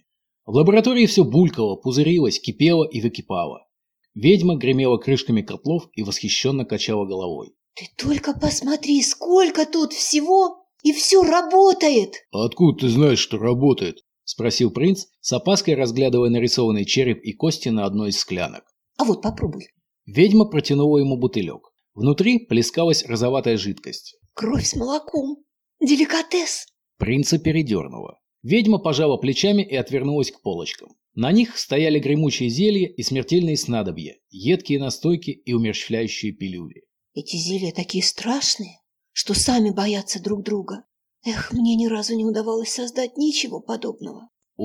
Speaker 1: В лаборатории все булькало, пузырилось, кипело и выкипало. Ведьма гремела крышками котлов и восхищенно качала головой.
Speaker 2: Ты только посмотри, сколько тут всего, и все работает.
Speaker 4: А откуда ты знаешь, что работает?
Speaker 1: Спросил принц, с опаской разглядывая нарисованный череп и кости на одной из склянок.
Speaker 2: А вот попробуй.
Speaker 1: Ведьма протянула ему бутылек. Внутри плескалась розоватая жидкость.
Speaker 2: Кровь с молоком. Деликатес.
Speaker 1: Принца передернуло. Ведьма пожала плечами и отвернулась к полочкам. На них стояли гремучие зелья и смертельные снадобья, едкие настойки и умерщвляющие пилюли.
Speaker 2: Эти зелья такие страшные, что сами боятся друг друга. Эх, мне ни разу не удавалось создать ничего подобного.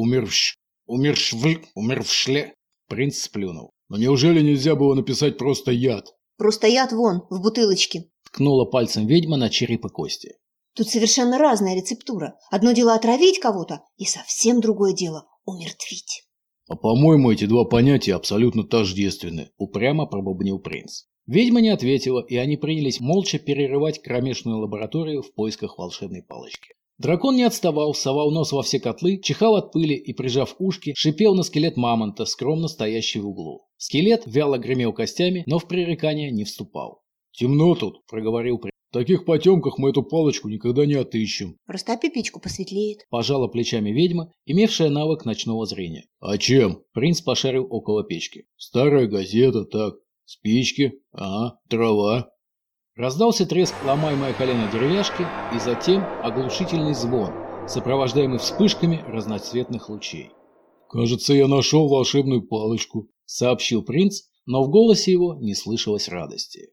Speaker 4: Умершле.
Speaker 1: Принц сплюнул.
Speaker 4: Но неужели нельзя было написать просто яд?
Speaker 2: Просто яд вон, в бутылочке.
Speaker 1: Ткнула пальцем ведьма на череп и кости.
Speaker 2: Тут совершенно разная рецептура. Одно дело отравить кого-то, и совсем другое дело умертвить.
Speaker 4: А по-моему, эти два понятия абсолютно тождественны.
Speaker 1: Упрямо пробубнил принц. Ведьма не ответила, и они принялись молча перерывать кромешную лабораторию в поисках волшебной палочки. Дракон не отставал, совал нос во все котлы, чихал от пыли и, прижав ушки, шипел на скелет мамонта, скромно стоящий в углу. Скелет вяло гремел костями, но в пререкания не вступал.
Speaker 4: «Темно тут»,
Speaker 1: — проговорил принц.
Speaker 4: «В таких потемках мы эту палочку никогда не отыщем».
Speaker 2: Растопи печку, посветлеет.
Speaker 1: Пожала плечами ведьма, имевшая навык ночного зрения.
Speaker 4: «А чем?»
Speaker 1: Принц пошарил около печки.
Speaker 4: «Старая газета, так. Спички. Ага, трава».
Speaker 1: Раздался треск ломаемой колено деревяшки и затем оглушительный звон, сопровождаемый вспышками разноцветных лучей.
Speaker 4: «Кажется, я нашел волшебную палочку»,
Speaker 1: — сообщил принц, но в голосе его не слышалось радости.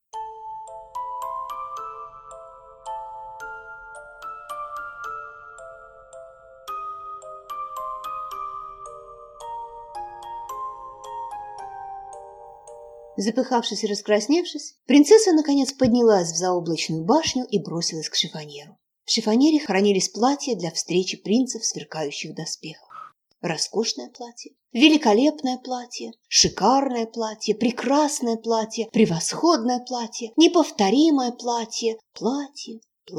Speaker 2: Запыхавшись и раскрасневшись, принцесса наконец поднялась в заоблачную башню и бросилась к шифоньеру. В шифоньере хранились платья для встречи принца в сверкающих доспехах. Роскошное платье, великолепное платье, шикарное платье, прекрасное платье, превосходное платье, неповторимое платье, платье.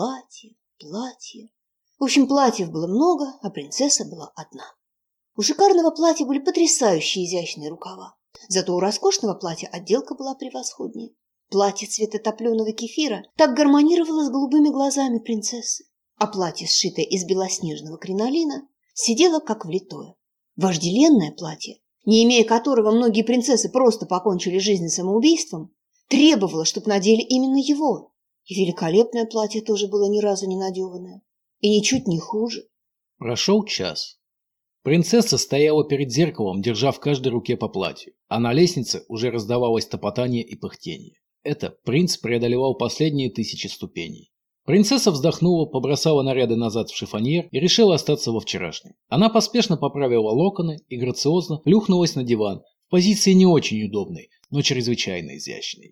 Speaker 2: В общем, платьев было много, а принцесса была одна. У шикарного платья были потрясающие изящные рукава. Зато у роскошного платья отделка была превосходнее. Платье цвета топленого кефира так гармонировало с голубыми глазами принцессы, а платье, сшитое из белоснежного кринолина, сидело как влитое. Вожделенное платье, не имея которого многие принцессы просто покончили жизнь самоубийством, требовало, чтобы надели именно его. И великолепное платье тоже было ни разу не надеванное. И ничуть не хуже.
Speaker 1: Прошел час. Принцесса стояла перед зеркалом, держа в каждой руке по платью, а на лестнице уже раздавалось топотание и пыхтение. Это принц преодолевал последние 1000 ступеней. Принцесса вздохнула, побросала наряды назад в шифоньер и решила остаться во вчерашнем. Она поспешно поправила локоны и грациозно плюхнулась на диван, в позиции не очень удобной, но чрезвычайно изящной.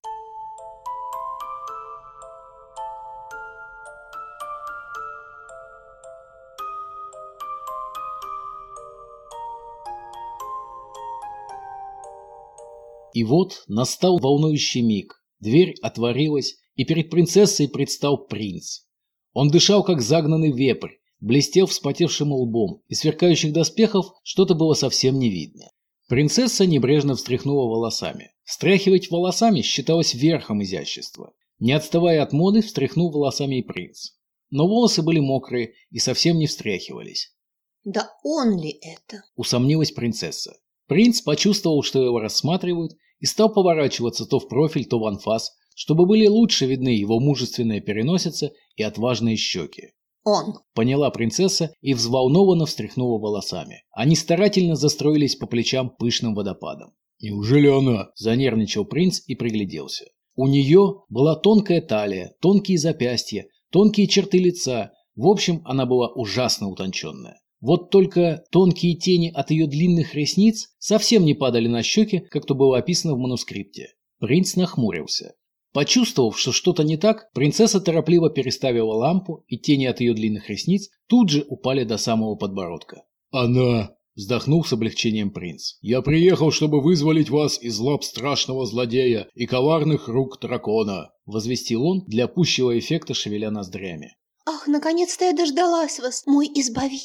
Speaker 1: И вот настал волнующий миг. Дверь отворилась, и перед принцессой предстал принц. Он дышал, как загнанный вепрь, блестел вспотевшим лбом, и сверкающих доспехов что-то было совсем не видно. Принцесса небрежно встряхнула волосами. Встряхивать волосами считалось верхом изящества. Не отставая от моды, встряхнул волосами и принц. Но волосы были мокрые и совсем не встряхивались.
Speaker 2: «Да он ли это?» –
Speaker 1: усомнилась принцесса. Принц почувствовал, что его рассматривают, и стал поворачиваться то в профиль, то в анфас, чтобы были лучше видны его мужественная переносица и отважные щеки.
Speaker 2: «Он!»
Speaker 1: – поняла принцесса и взволнованно встряхнула волосами. Они старательно застроились по плечам пышным водопадом.
Speaker 4: «Неужели она?»
Speaker 1: – занервничал принц и пригляделся. У нее была тонкая талия, тонкие запястья, тонкие черты лица. В общем, она была ужасно утонченная. Вот только тонкие тени от ее длинных ресниц совсем не падали на щеки, как то было описано в манускрипте. Принц нахмурился. Почувствовав, что что-то не так, принцесса торопливо переставила лампу, и тени от ее длинных ресниц тут же упали до самого подбородка.
Speaker 4: «Она!» – вздохнул с облегчением принц. «Я приехал, чтобы вызволить вас из лап страшного злодея и коварных рук дракона», – возвестил он для пущего эффекта, шевеля ноздрями.
Speaker 2: «Ах, наконец-то я дождалась вас, мой избавитель!»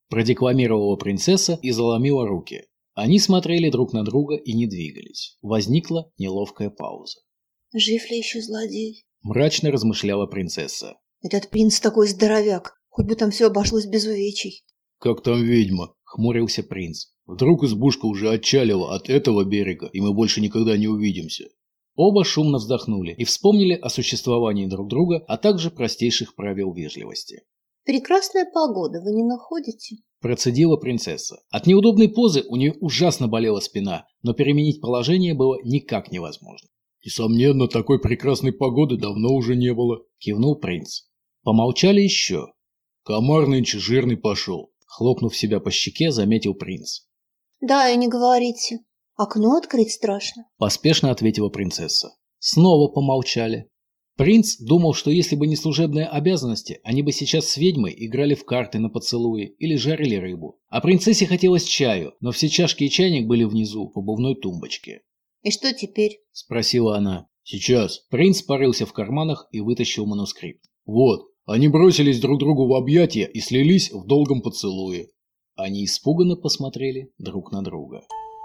Speaker 1: продекламировала принцесса и заломила руки. Они смотрели друг на друга и не двигались. Возникла неловкая пауза.
Speaker 2: Жив ли еще злодей?
Speaker 1: Мрачно размышляла принцесса.
Speaker 2: Этот принц такой здоровяк. Хоть бы там все обошлось без увечий.
Speaker 4: «Как там ведьма?» –
Speaker 1: Хмурился принц.
Speaker 4: «Вдруг избушка уже отчалила от этого берега, и мы больше никогда не увидимся?»
Speaker 1: Оба шумно вздохнули и вспомнили о существовании друг друга, а также простейших правил вежливости.
Speaker 2: Прекрасная погода, вы не находите?
Speaker 1: Процедила принцесса. От неудобной позы у нее ужасно болела спина, но переменить положение было никак невозможно.
Speaker 4: «Несомненно, такой прекрасной погоды давно уже не было»,
Speaker 1: – кивнул принц. Помолчали еще.
Speaker 4: «Комар нынче жирный пошел»,
Speaker 1: – хлопнув себя по щеке, заметил принц.
Speaker 2: Да, и не говорите. Окно открыть страшно.
Speaker 1: Поспешно ответила принцесса. Снова помолчали. Принц думал, что если бы не служебные обязанности, они бы сейчас с ведьмой играли в карты на поцелуи или жарили рыбу. А принцессе хотелось чаю, но все чашки и чайник были внизу, в обувной тумбочке.
Speaker 2: И что теперь?
Speaker 1: – спросила она.
Speaker 4: «Сейчас».
Speaker 1: Принц порылся в карманах и вытащил манускрипт.
Speaker 4: «Вот, они бросились друг другу в объятия и слились в долгом поцелуе».
Speaker 1: Они испуганно посмотрели друг на друга.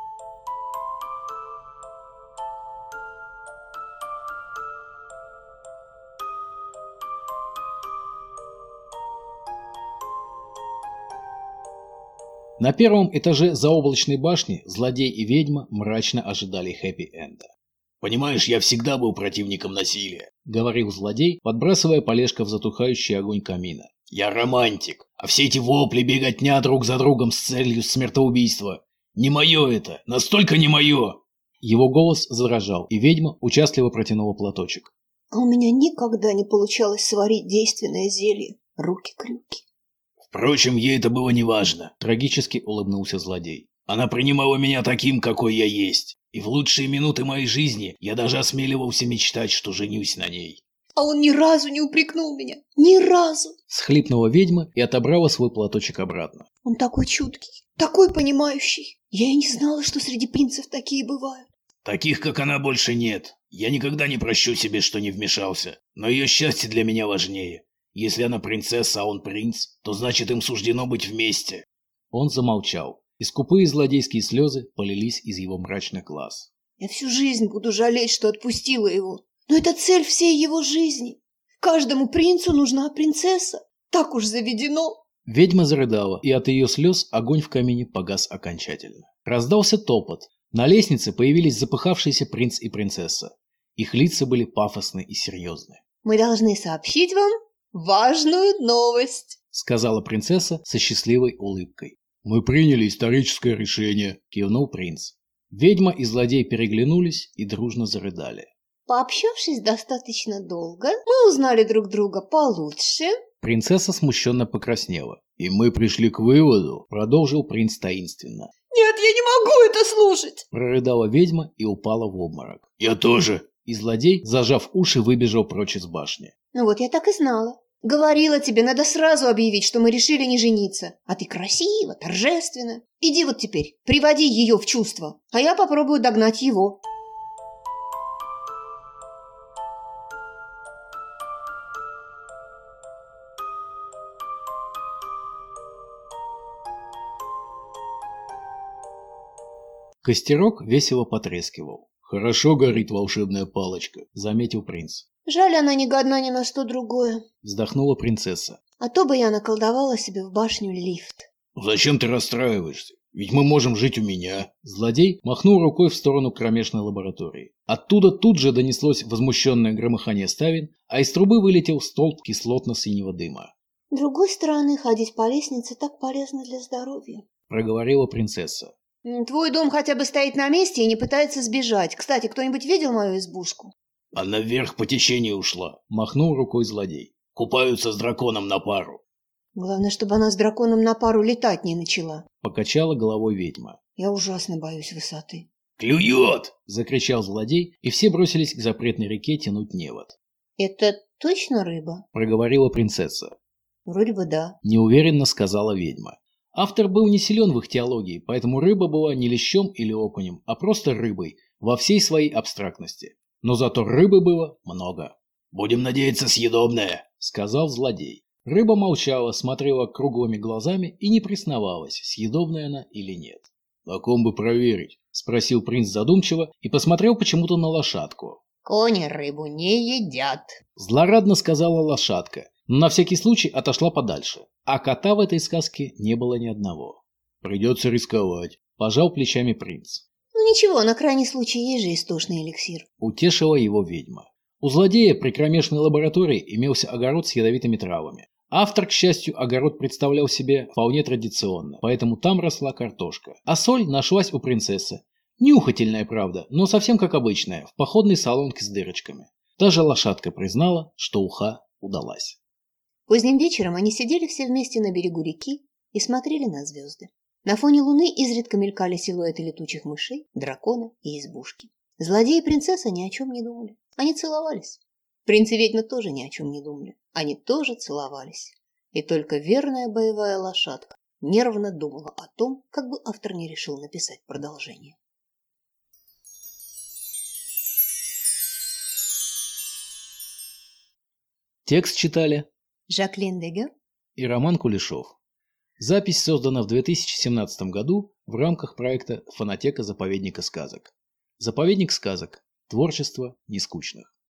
Speaker 1: На первом этаже заоблачной башни злодей и ведьма мрачно ожидали хэппи-энда.
Speaker 3: «Понимаешь, я всегда был противником насилия»,
Speaker 1: — говорил злодей, подбрасывая полежка в затухающий огонь камина.
Speaker 3: «Я романтик, а все эти вопли, беготня друг за другом с целью смертоубийства. Не мое это, настолько не мое!»
Speaker 1: Его голос задрожал, и ведьма участливо протянула платочек.
Speaker 2: А у меня никогда не получалось сварить действенное зелье. Руки-крюки.
Speaker 3: Впрочем, ей это было неважно.
Speaker 1: Трагически улыбнулся злодей.
Speaker 3: Она принимала меня таким, какой я есть. И в лучшие минуты моей жизни я даже осмеливался мечтать, что женюсь на ней.
Speaker 5: А он ни разу не упрекнул меня. Ни разу.
Speaker 1: Схлипнула ведьма и отобрала свой платочек обратно.
Speaker 2: Он такой чуткий, такой понимающий. Я и не знала, что среди принцев такие бывают.
Speaker 3: Таких, как она, больше нет. Я никогда не прощу себе, что не вмешался. Но ее счастье для меня важнее. Если она принцесса, а он принц, то значит им суждено быть вместе.
Speaker 1: Он замолчал, и скупые злодейские слезы полились из его мрачных глаз.
Speaker 2: Я всю жизнь буду жалеть, что отпустила его. Но это цель всей его жизни. Каждому принцу нужна принцесса. Так уж заведено.
Speaker 1: Ведьма зарыдала, и от ее слез огонь в камине погас окончательно. Раздался топот. На лестнице появились запыхавшиеся принц и принцесса. Их лица были пафосны и серьезны.
Speaker 2: Мы должны сообщить вам важную новость,
Speaker 1: сказала принцесса со счастливой улыбкой.
Speaker 4: «Мы приняли историческое решение», –
Speaker 1: кивнул принц. Ведьма и злодей переглянулись и дружно зарыдали.
Speaker 2: Пообщавшись достаточно долго, мы узнали друг друга получше.
Speaker 1: Принцесса смущенно покраснела.
Speaker 4: «И мы пришли к выводу», –
Speaker 1: продолжил принц таинственно.
Speaker 5: Нет, я не могу это слушать.
Speaker 1: Прорыдала ведьма и упала в обморок.
Speaker 3: «Я тоже».
Speaker 1: И злодей, зажав уши, выбежал прочь из башни.
Speaker 2: Ну вот я так и знала. Говорила тебе, надо сразу объявить, что мы решили не жениться. А ты красиво, торжественно. Иди вот теперь, приводи ее в чувство, а я попробую догнать его.
Speaker 1: Костерок весело потрескивал.
Speaker 4: «Хорошо горит волшебная палочка», –
Speaker 1: заметил принц.
Speaker 2: Жаль, она не годна ни на что другое.
Speaker 1: Вздохнула принцесса.
Speaker 2: А то бы я наколдовала себе в башню лифт.
Speaker 4: «Зачем ты расстраиваешься? Ведь мы можем жить у меня».
Speaker 1: Злодей махнул рукой в сторону кромешной лаборатории. Оттуда тут же донеслось возмущенное громыхание ставен, а из трубы вылетел столб кислотно-синего дыма.
Speaker 2: С другой стороны, ходить по лестнице так полезно для здоровья,
Speaker 1: проговорила принцесса.
Speaker 2: Твой дом хотя бы стоит на месте и не пытается сбежать. Кстати, кто-нибудь видел мою избушку?
Speaker 3: Она вверх по течению ушла.
Speaker 1: Махнул рукой злодей.
Speaker 3: Купаются с драконом на пару.
Speaker 2: Главное, чтобы она с драконом на пару летать не начала.
Speaker 1: Покачала головой ведьма.
Speaker 2: Я ужасно боюсь высоты.
Speaker 3: «Клюет!» –
Speaker 1: закричал злодей, и все бросились к запретной реке тянуть невод.
Speaker 2: Это точно рыба?
Speaker 1: Проговорила принцесса.
Speaker 2: Вроде бы да.
Speaker 1: Неуверенно сказала ведьма. Автор был не силен в их теологии, поэтому рыба была не лещом или окунем, а просто рыбой, во всей своей абстрактности. Но зато рыбы было много.
Speaker 3: «Будем надеяться, съедобная»,
Speaker 1: — сказал злодей. Рыба молчала, смотрела круглыми глазами и не признавалась, съедобная она или нет.
Speaker 4: «На ком бы проверить?»
Speaker 1: – спросил принц задумчиво и посмотрел почему-то на лошадку.
Speaker 2: «Кони рыбу не едят»,
Speaker 1: – злорадно сказала лошадка, но на всякий случай отошла подальше. А кота в этой сказке не было ни одного.
Speaker 4: «Придется рисковать»,
Speaker 1: – пожал плечами принц.
Speaker 2: «Ну ничего, на крайний случай есть же истошный эликсир»,
Speaker 1: – утешила его ведьма. У злодея при кромешной лаборатории имелся огород с ядовитыми травами. Автор, к счастью, огород представлял себе вполне традиционно, поэтому там росла картошка. А соль нашлась у принцессы. Нюхательная, правда, но совсем как обычная, в походной солонке с дырочками. Даже лошадка признала, что уха удалась.
Speaker 2: Поздним вечером они сидели все вместе на берегу реки и смотрели на звезды. На фоне луны изредка мелькали силуэты летучих мышей, дракона и избушки. Злодей и принцесса ни о чем не думали. Они целовались. Принц и ведьма тоже ни о чем не думали. Они тоже целовались. И только верная боевая лошадка нервно думала о том, как бы автор не решил написать продолжение.
Speaker 1: Текст читали
Speaker 2: Жаклин Дегер
Speaker 1: и Роман Кулешов. Запись создана в 2017 году в рамках проекта «Фонотека заповедника сказок». Заповедник сказок. Творчество нескучных.